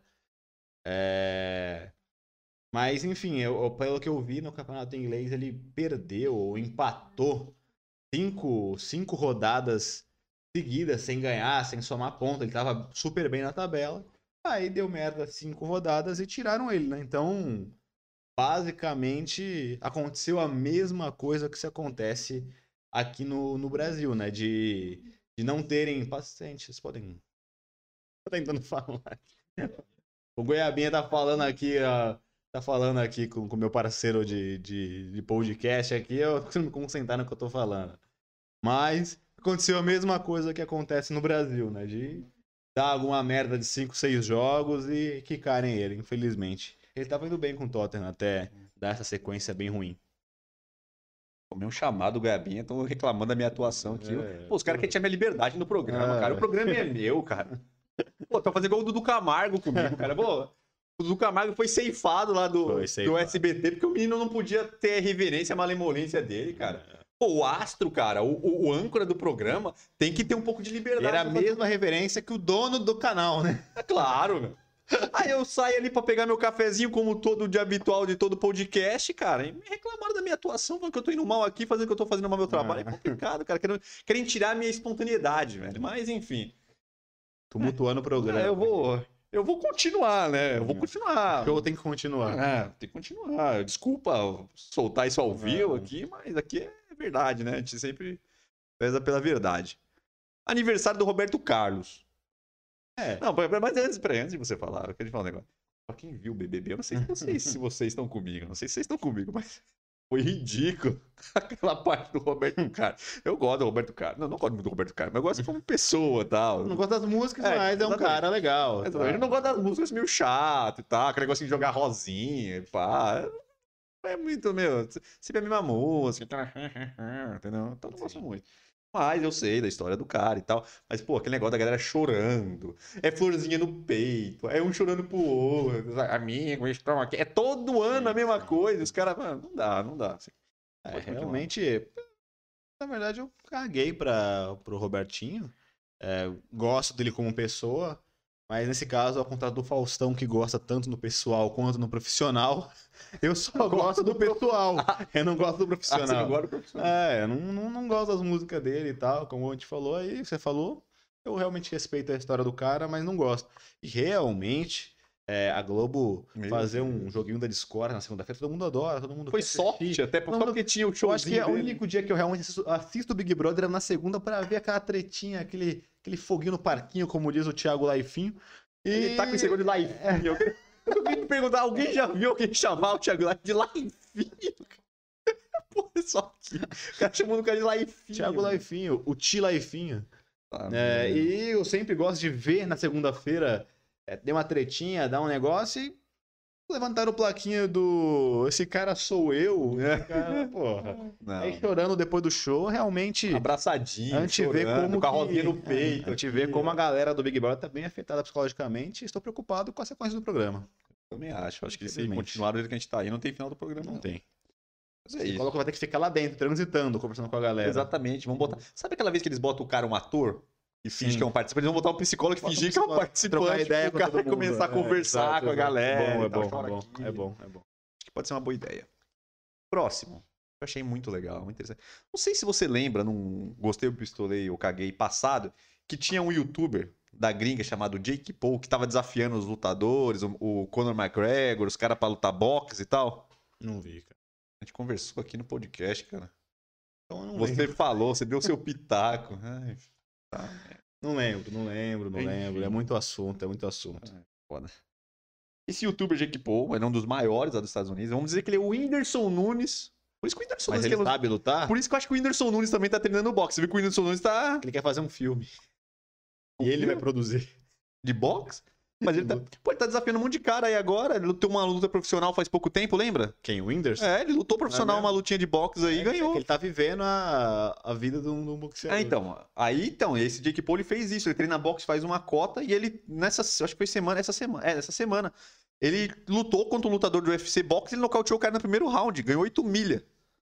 Mas, enfim, pelo que eu vi no campeonato inglês, ele perdeu ou empatou cinco rodadas seguidas, sem ganhar, sem somar ponto, ele tava super bem na tabela. Aí deu merda 5 rodadas e tiraram ele, né? Então, basicamente, aconteceu a mesma coisa que se acontece aqui no Brasil, né? De não terem pacientes. Vocês podem. Tô tentando falar. O Goiabinha tá falando aqui, ó, tá falando aqui com o meu parceiro de podcast aqui, eu tô me concentrar no que eu tô falando. Mas aconteceu a mesma coisa que acontece no Brasil, né? De dar alguma merda de 5, 6 jogos e quicarem ele, infelizmente. Ele tava indo bem com o Tottenham até dar essa sequência bem ruim. Tomei um chamado, Goiabinha, estão reclamando da minha atuação aqui. É. Pô, os caras querem tirar minha liberdade no programa, cara. O programa é meu, cara. Pô, tá fazendo igual o Dudu Camargo comigo, cara. Pô, o Dudu Camargo foi ceifado lá do SBT, porque o menino não podia ter a reverência, a malemolência dele, cara. Pô, o astro, cara, o âncora do programa, tem que ter um pouco de liberdade. Era a mesma reverência que o dono do canal, né? É claro, meu. Aí eu saio ali pra pegar meu cafezinho, como todo de habitual de todo podcast, cara, e me reclamaram da minha atuação, falando que eu tô indo mal aqui, fazendo que eu tô fazendo mal meu trabalho. É complicado, cara. Querem tirar a minha espontaneidade, velho. Mas, enfim. Tumultuando o programa. Eu vou continuar, né? Eu vou continuar. O show tem que continuar. Tem que continuar. Desculpa soltar isso ao vivo aqui, mas aqui é verdade, né? A gente sempre pesa pela verdade. Aniversário do Roberto Carlos. Não, mas antes de você falar, eu queria te falar um negócio. Pra quem viu o BBB, eu não sei se vocês estão comigo, não sei se vocês estão comigo, mas foi ridículo aquela parte do Roberto Carlos. Eu gosto do Roberto Carlos. Não gosto muito do Roberto Carlos, mas eu gosto como pessoa e tal. Não gosto das músicas, mas é um cara legal. Eu não gosto das músicas meio chato e tal, aquele negocinho de jogar rosinha e pá. É muito, sempre a mesma música, entendeu? Então eu não gosto muito. Mas eu sei da história do cara e tal. Mas, pô, aquele negócio da galera chorando. É florzinha no peito. É um chorando pro outro. Amigo, estão aqui. É todo ano a mesma coisa. Os caras, mano, não dá. Realmente, na verdade, eu caguei pro Robertinho. Gosto dele como pessoa. Mas nesse caso, ao contrário do Faustão, que gosta tanto no pessoal quanto no profissional, eu só gosto do pessoal. Eu não gosto do profissional. Você não gosta do profissional? Eu não gosto das músicas dele e tal, como a gente falou aí, você falou. Eu realmente respeito a história do cara, mas não gosto. E realmente, a Globo fazer um joguinho da Discord na segunda-feira, todo mundo adora, todo mundo foi soft, até porque tinha o showzinho. Eu acho que é o único dia que eu realmente assisto o Big Brother na segunda pra ver aquela tretinha, aquele foguinho no parquinho, como diz o Thiago Laifinho. Ele tá com esse negócio de Laifinho. Eu queria me perguntar, alguém já viu alguém chamar o Thiago Laifinho de Laifinho? Porra, só aqui. O cara chamando o cara de Laifinho. Thiago Laifinho, o Ti Laifinho. E eu sempre gosto de ver na segunda-feira, ter uma tretinha, dar um negócio e levantaram plaquinha do esse cara sou eu. Cara, porra. Aí chorando depois do show, realmente. Abraçadinho, a gente vê como com a rosinha no peito. A gente vê como a galera do Big Brother tá bem afetada psicologicamente e estou preocupado com a sequência do programa. Também acho que se continuar do jeito que a gente tá aí, não tem final do programa. Não tem. Mas é isso. Coloca vai ter que ficar lá dentro, transitando, conversando com a galera. Exatamente, vamos botar. Sabe aquela vez que eles botam o cara um ator? E finge que é um participante, eles vão botar um psicólogo e fingir que é um participante. Trocar ideia o cara vai começar a conversar com a galera. É bom. Acho que pode ser uma boa ideia. Próximo. Eu achei muito legal, muito interessante. Não sei se você lembra, num Gostei, eu Pistolei, eu Caguei passado, que tinha um youtuber da gringa chamado Jake Paul, que tava desafiando os lutadores, o Conor McGregor, os caras pra lutar boxe e tal. Não vi, cara. A gente conversou aqui no podcast, cara. Então, você falou, você deu seu pitaco. Ai, tá. Não lembro. É muito assunto. foda. Esse youtuber Jake Paul, ele é um dos maiores lá dos Estados Unidos. Vamos dizer que ele é o Whindersson Nunes. Por isso que o Whindersson Mas Nunes... ele sabe lutar? Por isso que eu acho que o Whindersson Nunes também tá treinando boxe. Você viu que o Whindersson Nunes tá Ele quer fazer um filme. E ele vai produzir. de boxe? Mas ele tá... Pô, ele tá desafiando um monte de cara aí agora. Ele lutou uma luta profissional faz pouco tempo, lembra? Quem? O Whindersson? É, ele lutou profissional, mesmo? uma lutinha de boxe aí e ganhou. Ele tá vivendo a vida de um boxeador. Então, esse Jake Paul ele fez isso. Ele treina boxe, faz uma cota e ele, acho que foi essa semana, ele lutou contra um lutador do UFC boxe e ele nocauteou o cara no primeiro round, ganhou 8 milha.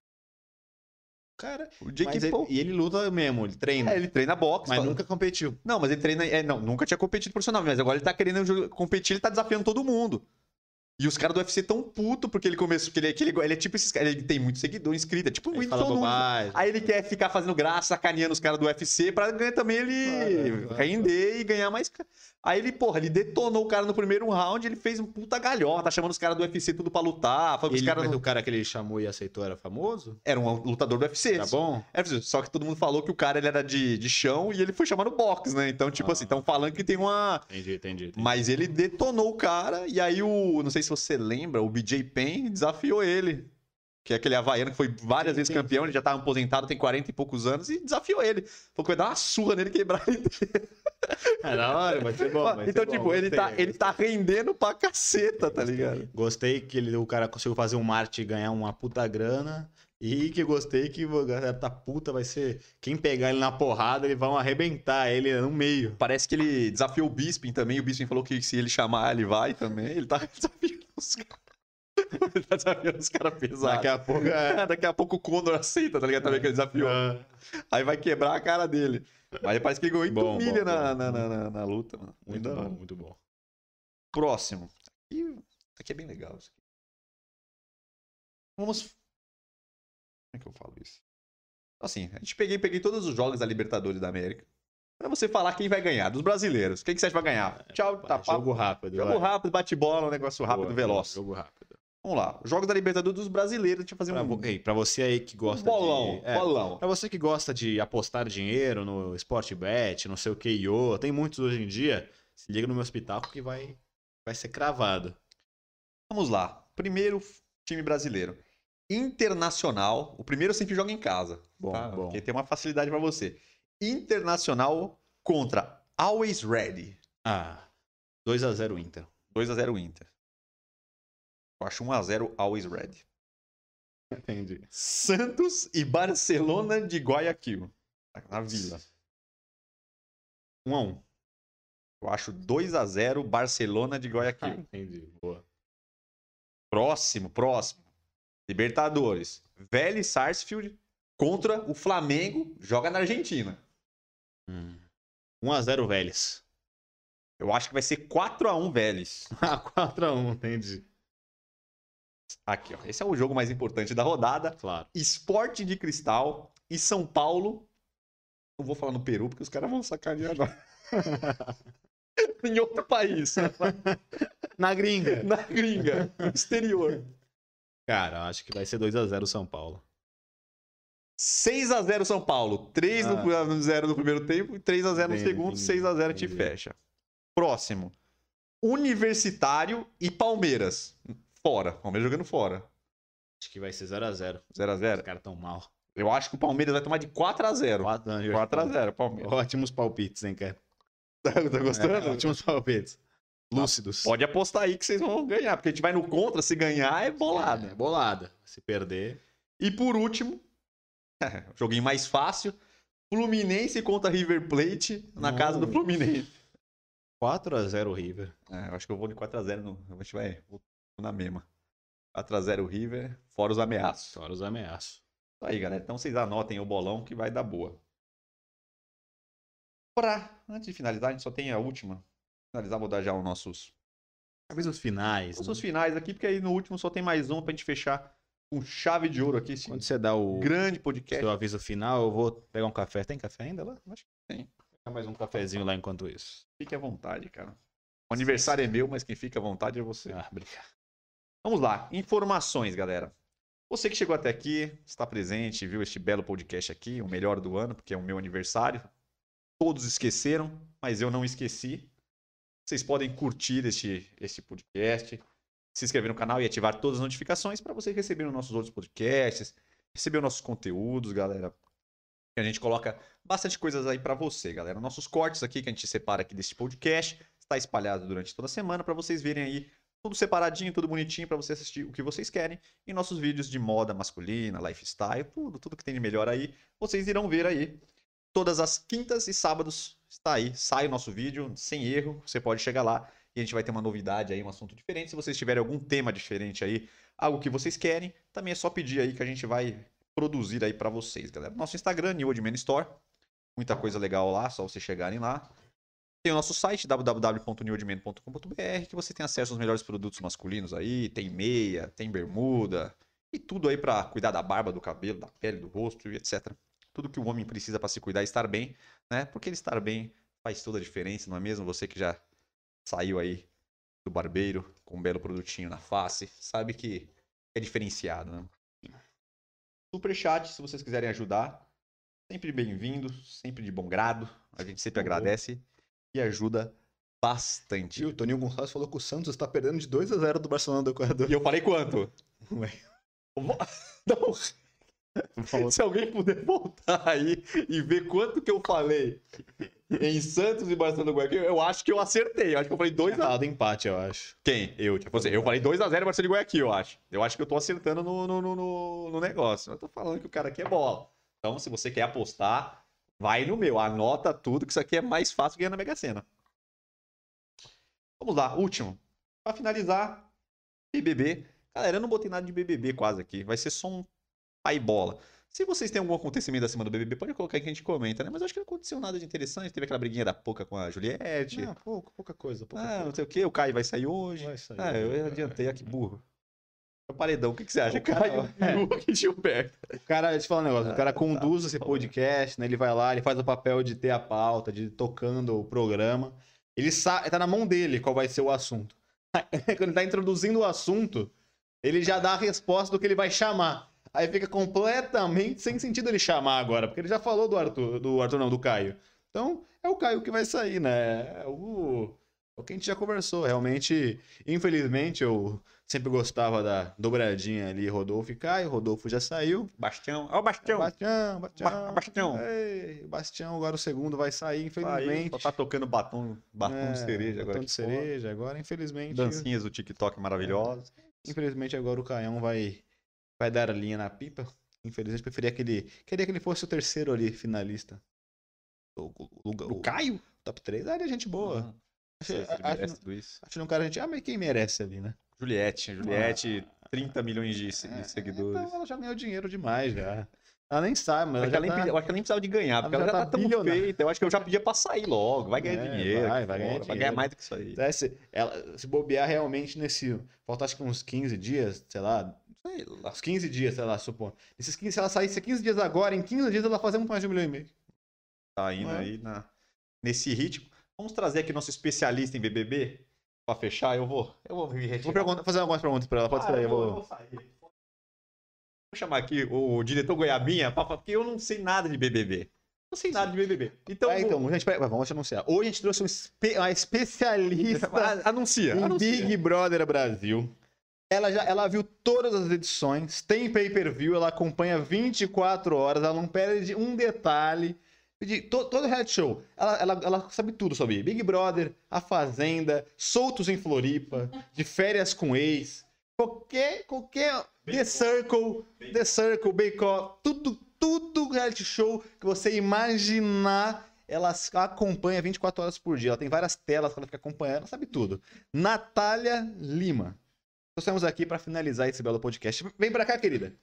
Cara, O Jake mas Paul. ele luta mesmo, ele treina. Ele treina boxe. Mas nunca competiu. Não, mas ele treina. Não, nunca tinha competido profissional, mas agora ele tá querendo competir, ele tá desafiando todo mundo. E os caras do UFC tão puto porque ele começou. Porque ele é tipo esses caras. Ele tem muito seguidor inscrito. É tipo o Ele fala Whindersson Nunes. bobagem. Aí ele quer ficar fazendo graça, sacaneando os caras do UFC pra ganhar também ele render e ganhar mais. Aí ele, porra, ele detonou o cara no primeiro round, ele fez um puta galhota, chamando os caras do UFC tudo pra lutar. Falou que os caras Mas o cara que ele chamou e aceitou era famoso? era um lutador do UFC. Tá bom? Só que todo mundo falou que o cara ele era de chão e ele foi chamado boxe, né? Então, tipo assim, estão falando que tem uma. Entendi. Mas ele detonou o cara, e aí não sei se você lembra, o BJ Penn desafiou ele. Que é aquele havaiano que foi várias vezes campeão, ele já tava aposentado, tem 40 e poucos anos, e desafiou ele. Falou que vai dar uma surra nele e quebrar ele. É da hora, vai ser bom. Então, tipo, ele tá rendendo pra caceta, tá ligado? Gostei que o cara conseguiu fazer um marketing e ganhar uma puta grana. E que gostei que a galera da puta vai ser. Quem pegar ele na porrada, eles vão arrebentar ele no meio. Parece que ele desafiou o Bisping também. O Bisping falou que se ele chamar, ele vai também. Ele tá desafiando os caras. Ele tá desafiando os caras pesados. Daqui a pouco o Conor aceita, tá ligado? Também que ele desafiou. Aí vai quebrar a cara dele. Mas parece que ele ganhou 8 milha na luta, mano. Muito bom. Próximo. Isso aqui é bem legal. Isso aqui. Vamos. Como é que eu falo isso? Assim, a gente peguei todos os jogos da Libertadores da América. Pra você falar quem vai ganhar, dos brasileiros. Quem que você acha que vai ganhar? Tchau, tá Jogo rápido. Jogo rápido, bate-bola, um negócio rápido, veloz. Jogo rápido. Vamos lá. Jogos da Libertadores dos brasileiros. Deixa eu fazer Ei, pra você aí que gosta bolão. Pra você que gosta de apostar dinheiro no Sportbet, no seu KO, tem muitos hoje em dia, se liga no meu hospital que vai ser cravado. Vamos lá. Primeiro time brasileiro. Internacional. O primeiro sempre joga em casa. Bom. Porque tem uma facilidade pra você. Internacional contra Always Ready. 2-0 Inter. 2-0 Inter. Eu acho 1-0 Always Ready. Entendi. Santos e Barcelona de Guayaquil. Na Vila. 1-1. Eu acho 2-0 Barcelona de Guayaquil. Entendi. Boa. Próximo. Libertadores. Vélez Sarsfield contra o Flamengo. Joga na Argentina. 1-0 Vélez. Eu acho que vai ser 4-1 Vélez. 4-1, entendi. Aqui, ó. Esse é o jogo mais importante da rodada. Claro. Sport de Cristal e São Paulo. Não vou falar no Peru, porque os caras vão sacanear agora. Em outro país. Na gringa. Na gringa. No exterior. Cara, acho que vai ser 2-0 São Paulo. 6-0 São Paulo. 3-0 no primeiro tempo e 3-0 no segundo. 6-0 te entendi. fecha. Próximo. Universitário e Palmeiras. Fora. Palmeiras jogando fora. Acho que vai ser 0-0. 0-0. Os caras tão mal. Eu acho que o Palmeiras vai tomar de 4-0. 4-0 Palmeiras. Ótimos palpites, hein, cara? Tá gostando? Ótimos palpites. Lúcidos. Pode apostar aí que vocês vão ganhar, porque a gente vai no contra, se ganhar é bolada. É bolada. Se perder... E por último, joguinho mais fácil, Fluminense contra River Plate na casa do Fluminense. 4-0 River. Eu acho que eu vou de 4-0, a gente vai na mesma. 4-0 River, fora os ameaços. Fora os ameaços. Isso aí, galera. Então vocês anotem o bolão que vai dar boa. Antes de finalizar, a gente só tem a última. Finalizar, vou dar já os nossos... Talvez os finais. Os finais aqui, porque aí no último só tem mais um pra gente fechar com chave de ouro aqui. Esse Quando você dá o grande podcast. seu aviso final, eu vou pegar um café. Tem café ainda lá? Acho que tem. Vou pegar mais um cafezinho lá enquanto isso. Fique à vontade, cara. O aniversário é meu, mas quem fica à vontade é você. Obrigado. Vamos lá. Informações, galera. Você que chegou até aqui, está presente, viu este belo podcast aqui, o melhor do ano, porque é o meu aniversário. Todos esqueceram, mas eu não esqueci. Vocês podem curtir este podcast, se inscrever no canal e ativar todas as notificações para vocês receberem os nossos outros podcasts, receber os nossos conteúdos, galera. Que a gente coloca bastante coisas aí para você, galera. Nossos cortes aqui que a gente separa aqui desse podcast está espalhado durante toda a semana para vocês verem aí tudo separadinho, tudo bonitinho para você assistir o que vocês querem. E nossos vídeos de moda masculina, lifestyle, tudo que tem de melhor aí, vocês irão ver aí. Todas as quintas e sábados está aí, sai o nosso vídeo sem erro. Você pode chegar lá e a gente vai ter uma novidade aí, um assunto diferente. Se vocês tiverem algum tema diferente aí, algo que vocês querem, também é só pedir aí que a gente vai produzir aí para vocês, galera. Nosso Instagram, New Old Man Store. Muita coisa legal lá, só vocês chegarem lá. Tem o nosso site, www.newoldman.com.br, que você tem acesso aos melhores produtos masculinos aí. Tem meia, tem bermuda e tudo aí para cuidar da barba, do cabelo, da pele, do rosto e etc. Tudo que o homem precisa para se cuidar e estar bem, né? Porque ele estar bem faz toda a diferença, não é mesmo? Você que já saiu aí do barbeiro com um belo produtinho na face, sabe que é diferenciado, né? Superchat, se vocês quiserem ajudar, sempre bem-vindo, sempre de bom grado. A gente sempre agradece e ajuda bastante. E o Toninho Gonçalves falou que o Santos está perdendo de 2-0 do Barcelona do Equador. E eu falei quanto? Ué. Não. Se alguém puder voltar aí e ver quanto que eu falei em Santos e Barcelona do Guayaquil, eu acho que eu acertei. Eu acho que eu falei 2-0. Do empate, eu acho. Quem? Eu. Tipo, eu falei 2-0 Barcelona de Guayaquil, eu acho. Eu acho que eu tô acertando no negócio. Eu tô falando que o cara aqui é bola. Então, se você quer apostar, vai no meu. Anota tudo, que isso aqui é mais fácil ganhar na Mega Sena. Vamos lá, último. Pra finalizar, BBB. Galera, eu não botei nada de BBB quase aqui. Vai ser só um pai bola. Se vocês têm algum acontecimento acima do BBB, pode colocar aí que a gente comenta, né? Mas eu acho que não aconteceu nada de interessante. Teve aquela briguinha da Poca com a Juliette. Não, pouca coisa. Não sei o que. O Caio vai sair hoje. Vai sair. Eu adiantei. Olha que burro. É o paredão. O que você acha? O Caio aqui, Gilberto. O cara, deixa eu falar um negócio, o cara conduz esse podcast, né? Ele vai lá, ele faz o papel de ter a pauta, de ir tocando o programa. Ele sabe, tá na mão dele qual vai ser o assunto. Quando ele tá introduzindo o assunto, ele já dá a resposta do que ele vai chamar. Aí fica completamente sem sentido ele chamar agora, porque ele já falou do Caio. Então, é o Caio que vai sair, né? É o que a gente já conversou. Realmente, infelizmente, eu sempre gostava da dobradinha ali, Rodolfo e Caio. Rodolfo já saiu. Bastião. Ó, o Bastião. Bastião. Ei, Bastião, agora o segundo vai sair, infelizmente. Só tá tocando batom de cereja agora. Batom de cereja agora, infelizmente. Dancinhas do TikTok maravilhosas. Infelizmente, agora o Caião vai dar a linha na pipa. Infelizmente, queria que ele fosse o terceiro ali, finalista. O Caio? Top 3. Ah, ele é gente boa. Merece tudo isso. Acho que um cara, mas quem merece ali, né? Juliette, 30 milhões de seguidores. Então ela já ganhou dinheiro demais, já. Ela nem sabe, mas eu acho que ela nem precisava de ganhar, porque ela já tá tão feita. Eu acho que eu já podia pra sair logo. Vai ganhar dinheiro. Vai ganhar mais do que isso aí. Se bobear realmente falta acho que uns 15 dias, sei lá. Uns 15 dias, sei lá, supondo. Nesses 15, se ela saísse 15 dias agora, em 15 dias ela fazia muito mais de 1,5 milhão. Tá indo aí nesse ritmo. Vamos trazer aqui nosso especialista em BBB pra fechar. Eu vou me retirar. Vou fazer algumas perguntas pra ela. Pode sair, eu vou sair. Vou chamar aqui o diretor Goiabinha, porque eu não sei nada de BBB. Não sei nada de BBB. Então, gente, vamos anunciar. Hoje a gente trouxe uma especialista Anuncia. Big Brother Brasil. Ela viu todas as edições, tem pay-per-view, ela acompanha 24 horas, ela não perde um detalhe. Todo reality show, ela sabe tudo sobre Big Brother, A Fazenda, Soltos em Floripa, De Férias com Ex, qualquer The Circle, Bake Off, tudo reality show que você imaginar, ela acompanha 24 horas por dia. Ela tem várias telas que ela fica acompanhando, ela sabe tudo. Natália Lima. Nós estamos aqui para finalizar esse belo podcast. Vem pra cá, querida.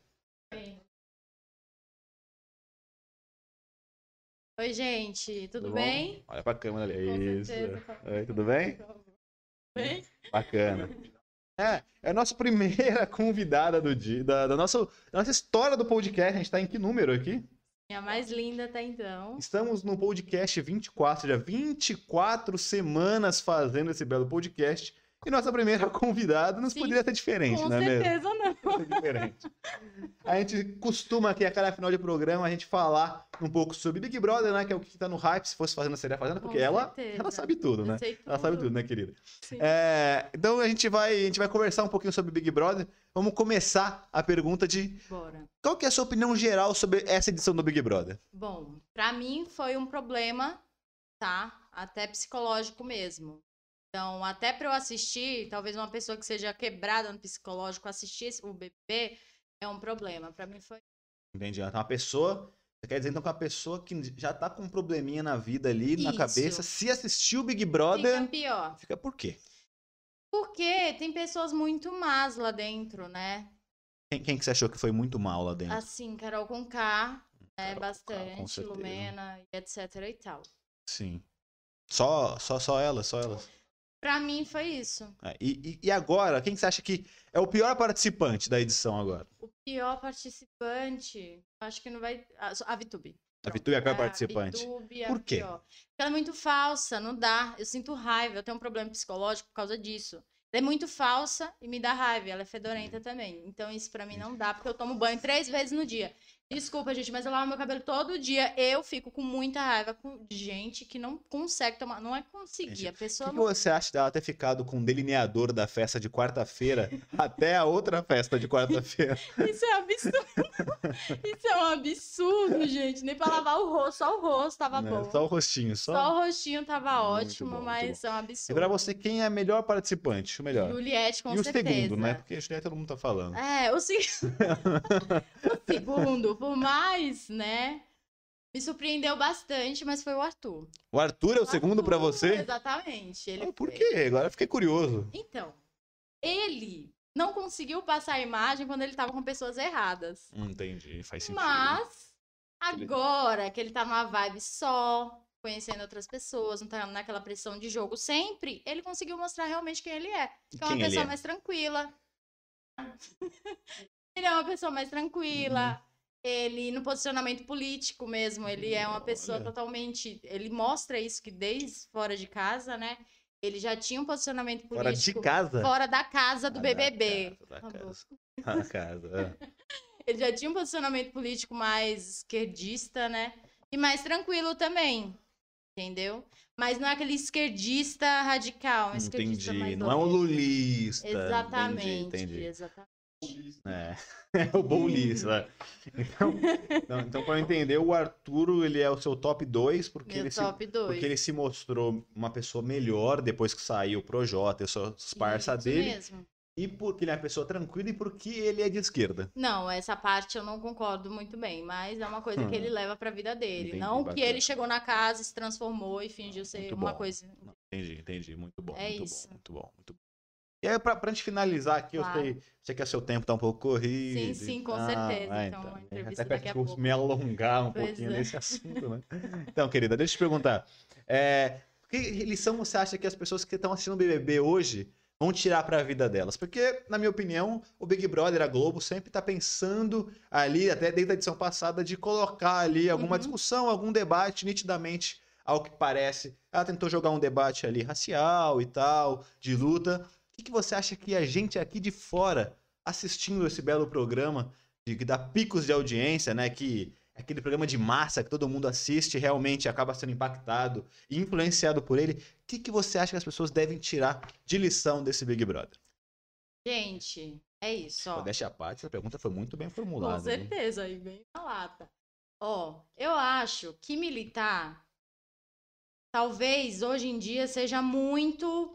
Oi, gente, tudo bem? Olha pra câmera ali. Com Isso. certeza. Oi, tudo bem? Bem? Bacana. É a nossa primeira convidada do dia, da nossa história do podcast. A gente tá em que número aqui? A mais linda até então. Estamos no podcast 24, já 24 semanas fazendo esse belo podcast. E nossa primeira convidada não Sim. poderia ser diferente, Com não é mesmo? certeza não. Ser diferente. A gente costuma aqui, a cada final de programa, a gente falar um pouco sobre Big Brother, né? Que é o que tá no hype, se fosse fazendo, seria fazendo, porque Com ela certeza. sabe tudo, né? Eu sei Ela sabe tudo. tudo, né, querida? Sim. Então a gente vai conversar um pouquinho sobre Big Brother. Vamos começar a pergunta de Bora. qual que é a sua opinião geral sobre essa edição do Big Brother? Bom, pra mim foi um problema, tá? Até psicológico mesmo. Então, até pra eu assistir, talvez uma pessoa que seja quebrada no psicológico assistir o BBB é um problema. Pra mim foi. Entendi. Então, uma pessoa. Você quer dizer então que uma pessoa que já tá com um probleminha na vida ali, na Isso. cabeça, se assistir o Big Fica Brother, pior. fica por quê? Porque tem pessoas muito más lá dentro, né? Quem que você achou que foi muito mal lá dentro? Assim, Carol Conká, né? Carol Conká, com Bastante, certeza. Lumena, e etc e tal. Sim. Só ela. Pra mim foi isso. E agora, quem que você acha que é o pior participante da edição agora? O pior participante, acho que não vai. A Vitube. A Vitube é a pior A participante. Vitube é Por a quê? pior. Porque ela é muito falsa, não dá. Eu sinto raiva, eu tenho um problema psicológico por causa disso. Ela é muito falsa e me dá raiva. Ela é fedorenta também. Então isso pra mim não dá, porque eu tomo banho 3 vezes no dia. Desculpa, gente, mas eu lavo meu cabelo todo dia. Eu fico com muita raiva de gente que não consegue tomar. Não é conseguir. A O pessoa que não. você acha dela ter ficado com o delineador da festa de quarta-feira até a outra festa de quarta-feira? Isso é absurdo. Isso é um absurdo, gente. Nem pra lavar o rosto, só o rosto tava Né? bom. Só o rostinho, Só o rostinho tava Muito ótimo, bom, muito mas é um E absurdo. pra você, quem é a melhor participante? O melhor. Juliette, com E o certeza. segundo, né? Porque Juliette todo mundo tá falando. É, o segundo, por mais, né? Me surpreendeu bastante, mas foi o Arthur. O Arthur é o segundo pra Arthur, você? Exatamente. Ele Ah, por foi. quê? Agora eu fiquei curioso. Então, ele não conseguiu passar a imagem quando ele tava com pessoas erradas. Entendi, faz sentido. Mas, agora que ele tá numa vibe só, conhecendo outras pessoas, não tá naquela pressão de jogo sempre, ele conseguiu mostrar realmente quem ele é. Que é uma Quem ele pessoa é? mais tranquila. Ele é uma pessoa mais tranquila. Ele, no posicionamento político mesmo, ele é uma pessoa Olha. totalmente. Ele mostra isso que desde fora de casa, né? Ele já tinha um posicionamento Fora de político casa? fora da casa do Ah, BBB. Da Tá bom. casa. Da casa. é. Ele já tinha um posicionamento político mais esquerdista, né? E mais tranquilo também. Entendeu? Mas não é aquele esquerdista radical, um esquerdista Entendi. mais Não é um lolé. lulista. Exatamente. Entendi. Exatamente. É. É o bolista. Então, para eu entender, o Arturo, ele é o seu top 2, porque Meu ele se top 2. porque ele se mostrou uma pessoa melhor depois que saiu o Projota, os parça dele, Mesmo. e porque ele é uma pessoa tranquila e porque ele é de esquerda. Não, essa parte eu não concordo muito bem, mas é uma coisa que ele leva pra vida dele. Entendi, Não que bacana. ele chegou na casa, se transformou e fingiu ser Muito uma bom. coisa. Entendi. Muito bom, É muito isso. bom, muito bom, muito bom. E aí, pra gente finalizar aqui, Claro. eu sei que o seu tempo tá um pouco corrido. Sim, e com tal, certeza. Então, então. uma entrevista Até daqui a peço pouco. me alongar um Pois pouquinho é. nesse assunto, né? Então, querida, deixa eu te perguntar. Que lição você acha que as pessoas que estão assistindo o BBB hoje vão tirar para a vida delas? Porque, na minha opinião, o Big Brother, a Globo, sempre tá pensando ali, até desde a edição passada, de colocar ali alguma Uhum. discussão, algum debate, nitidamente, ao que parece. Ela tentou jogar um debate ali racial e tal, de luta. O que você acha que a gente aqui de fora, assistindo esse belo programa, que dá picos de audiência, né? Que é aquele programa de massa que todo mundo assiste, realmente acaba sendo impactado e influenciado por ele. O que você acha que as pessoas devem tirar de lição desse Big Brother? Gente, é isso, ó. Modéstia à parte, essa pergunta foi muito bem formulada. Com certeza, aí bem na lata. Ó, eu acho que militar, talvez hoje em dia seja muito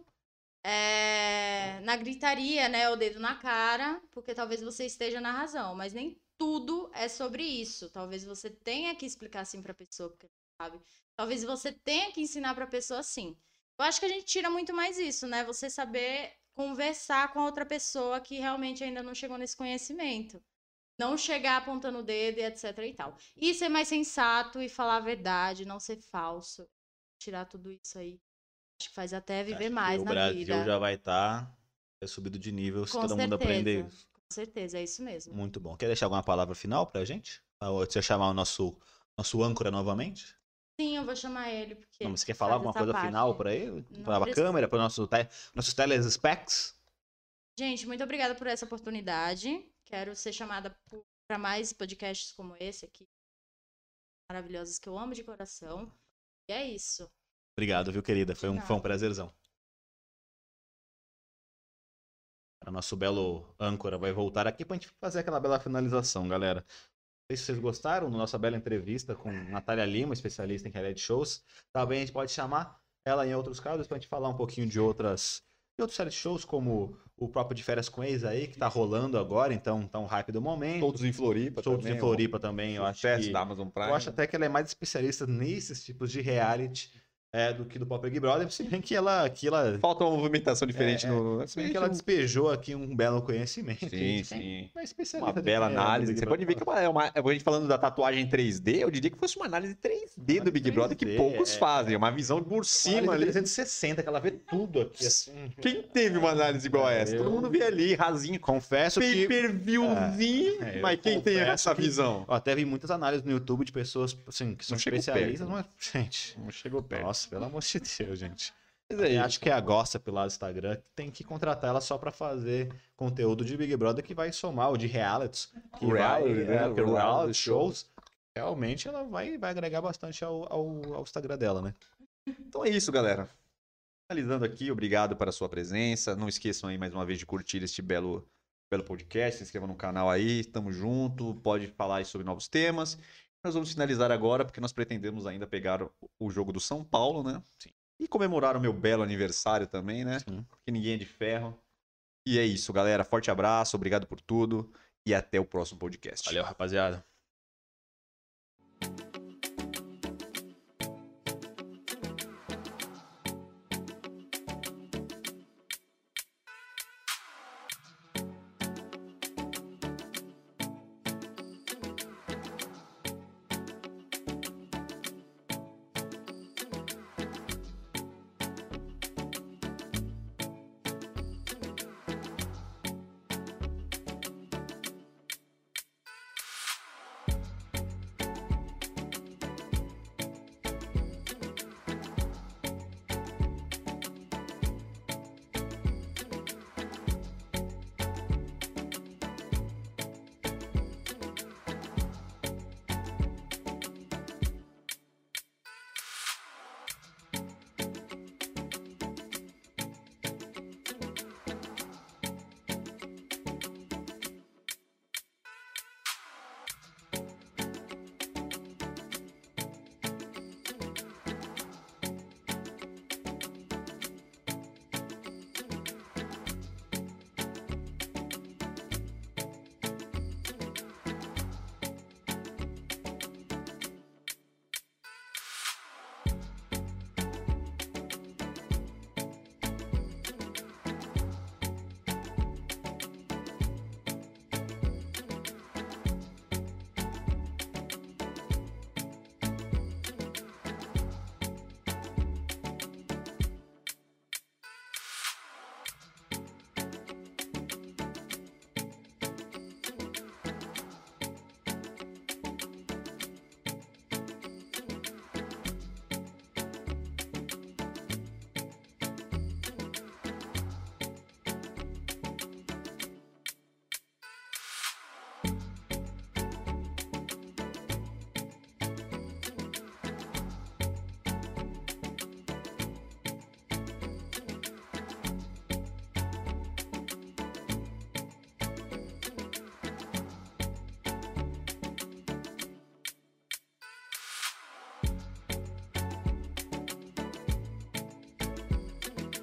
na gritaria, né? O dedo na cara, porque talvez você esteja na razão, mas nem tudo é sobre isso. Talvez você tenha que explicar assim pra pessoa, porque não sabe. Talvez você tenha que ensinar pra pessoa assim. Eu acho que a gente tira muito mais isso, né? Você saber conversar com a outra pessoa que realmente ainda não chegou nesse conhecimento. Não chegar apontando o dedo e etc e tal. E ser mais sensato e falar a verdade, não ser falso. Tirar tudo isso aí. Acho que faz até viver mais o na Brasil vida. já vai estar subido de nível se Com todo mundo certeza. aprender isso. Com certeza, é isso mesmo. Muito bom. Quer deixar alguma palavra final pra gente? Ou você chamar o nosso âncora novamente? Sim, eu vou chamar ele. Porque Não, você quer falar faz alguma essa coisa parte. final pra ele? Não Pra precisa. câmera, para nossos telespecs? Gente, muito obrigada por essa oportunidade. Quero ser chamada para mais podcasts como esse aqui. Maravilhosos que eu amo de coração. E é isso. Obrigado, viu, querida? Foi um Nada. prazerzão. O nosso belo âncora vai voltar aqui pra gente fazer aquela bela finalização, galera. Não sei se vocês gostaram da nossa bela entrevista com Natália Lima, especialista em reality shows. Também a gente pode chamar ela em outros casos pra gente falar um pouquinho de outros reality shows, como o próprio De Férias com Ex aí, que tá rolando agora, então tá um hype do momento. Todos em Floripa Todos também. em Floripa também, eu acho Sucesso que... da Amazon Prime. Eu acho até que ela é mais especialista nesses tipos de reality do que do próprio Big Brother, se bem que ela Falta uma movimentação diferente no... se bem que ela despejou aqui um belo conhecimento. Sim, sim. Uma especialista Uma de bela reality do análise. Big Você Brother. pode ver que a gente falando da tatuagem 3D, eu diria que fosse uma análise 3D do Big Brother que 3D, poucos fazem. Uma visão por Uma cima análise ali. 360, que ela vê tudo aqui assim. Quem teve uma análise igual a essa? Todo mundo vê ali, rasinho, Confesso que pay-per-viewzinho. eu Mas quem tem confesso essa que- visão? eu até vi muitas análises no YouTube de pessoas assim, que são Não chegou especialistas, perto. mas, gente, Não chegou perto. nossa, pelo amor de Deus, gente. Mas é Eu acho que é a Gossip lá do Instagram que tem que contratar ela só pra fazer conteúdo de Big Brother que vai somar o de realities. Que Reality, vai, né? porque O o reality reality shows, realmente ela vai agregar bastante ao Instagram dela, né? Então é isso, galera. Finalizando aqui, obrigado pela sua presença. Não esqueçam aí mais uma vez de curtir este belo podcast. Se inscrevam no canal aí. Tamo junto. Pode falar aí sobre novos temas. Nós vamos finalizar agora porque nós pretendemos ainda pegar o jogo do São Paulo, né? Sim. E comemorar o meu belo aniversário também, né? Sim. Porque ninguém é de ferro. E é isso, galera. Forte abraço, obrigado por tudo e até o próximo podcast. Valeu, rapaziada.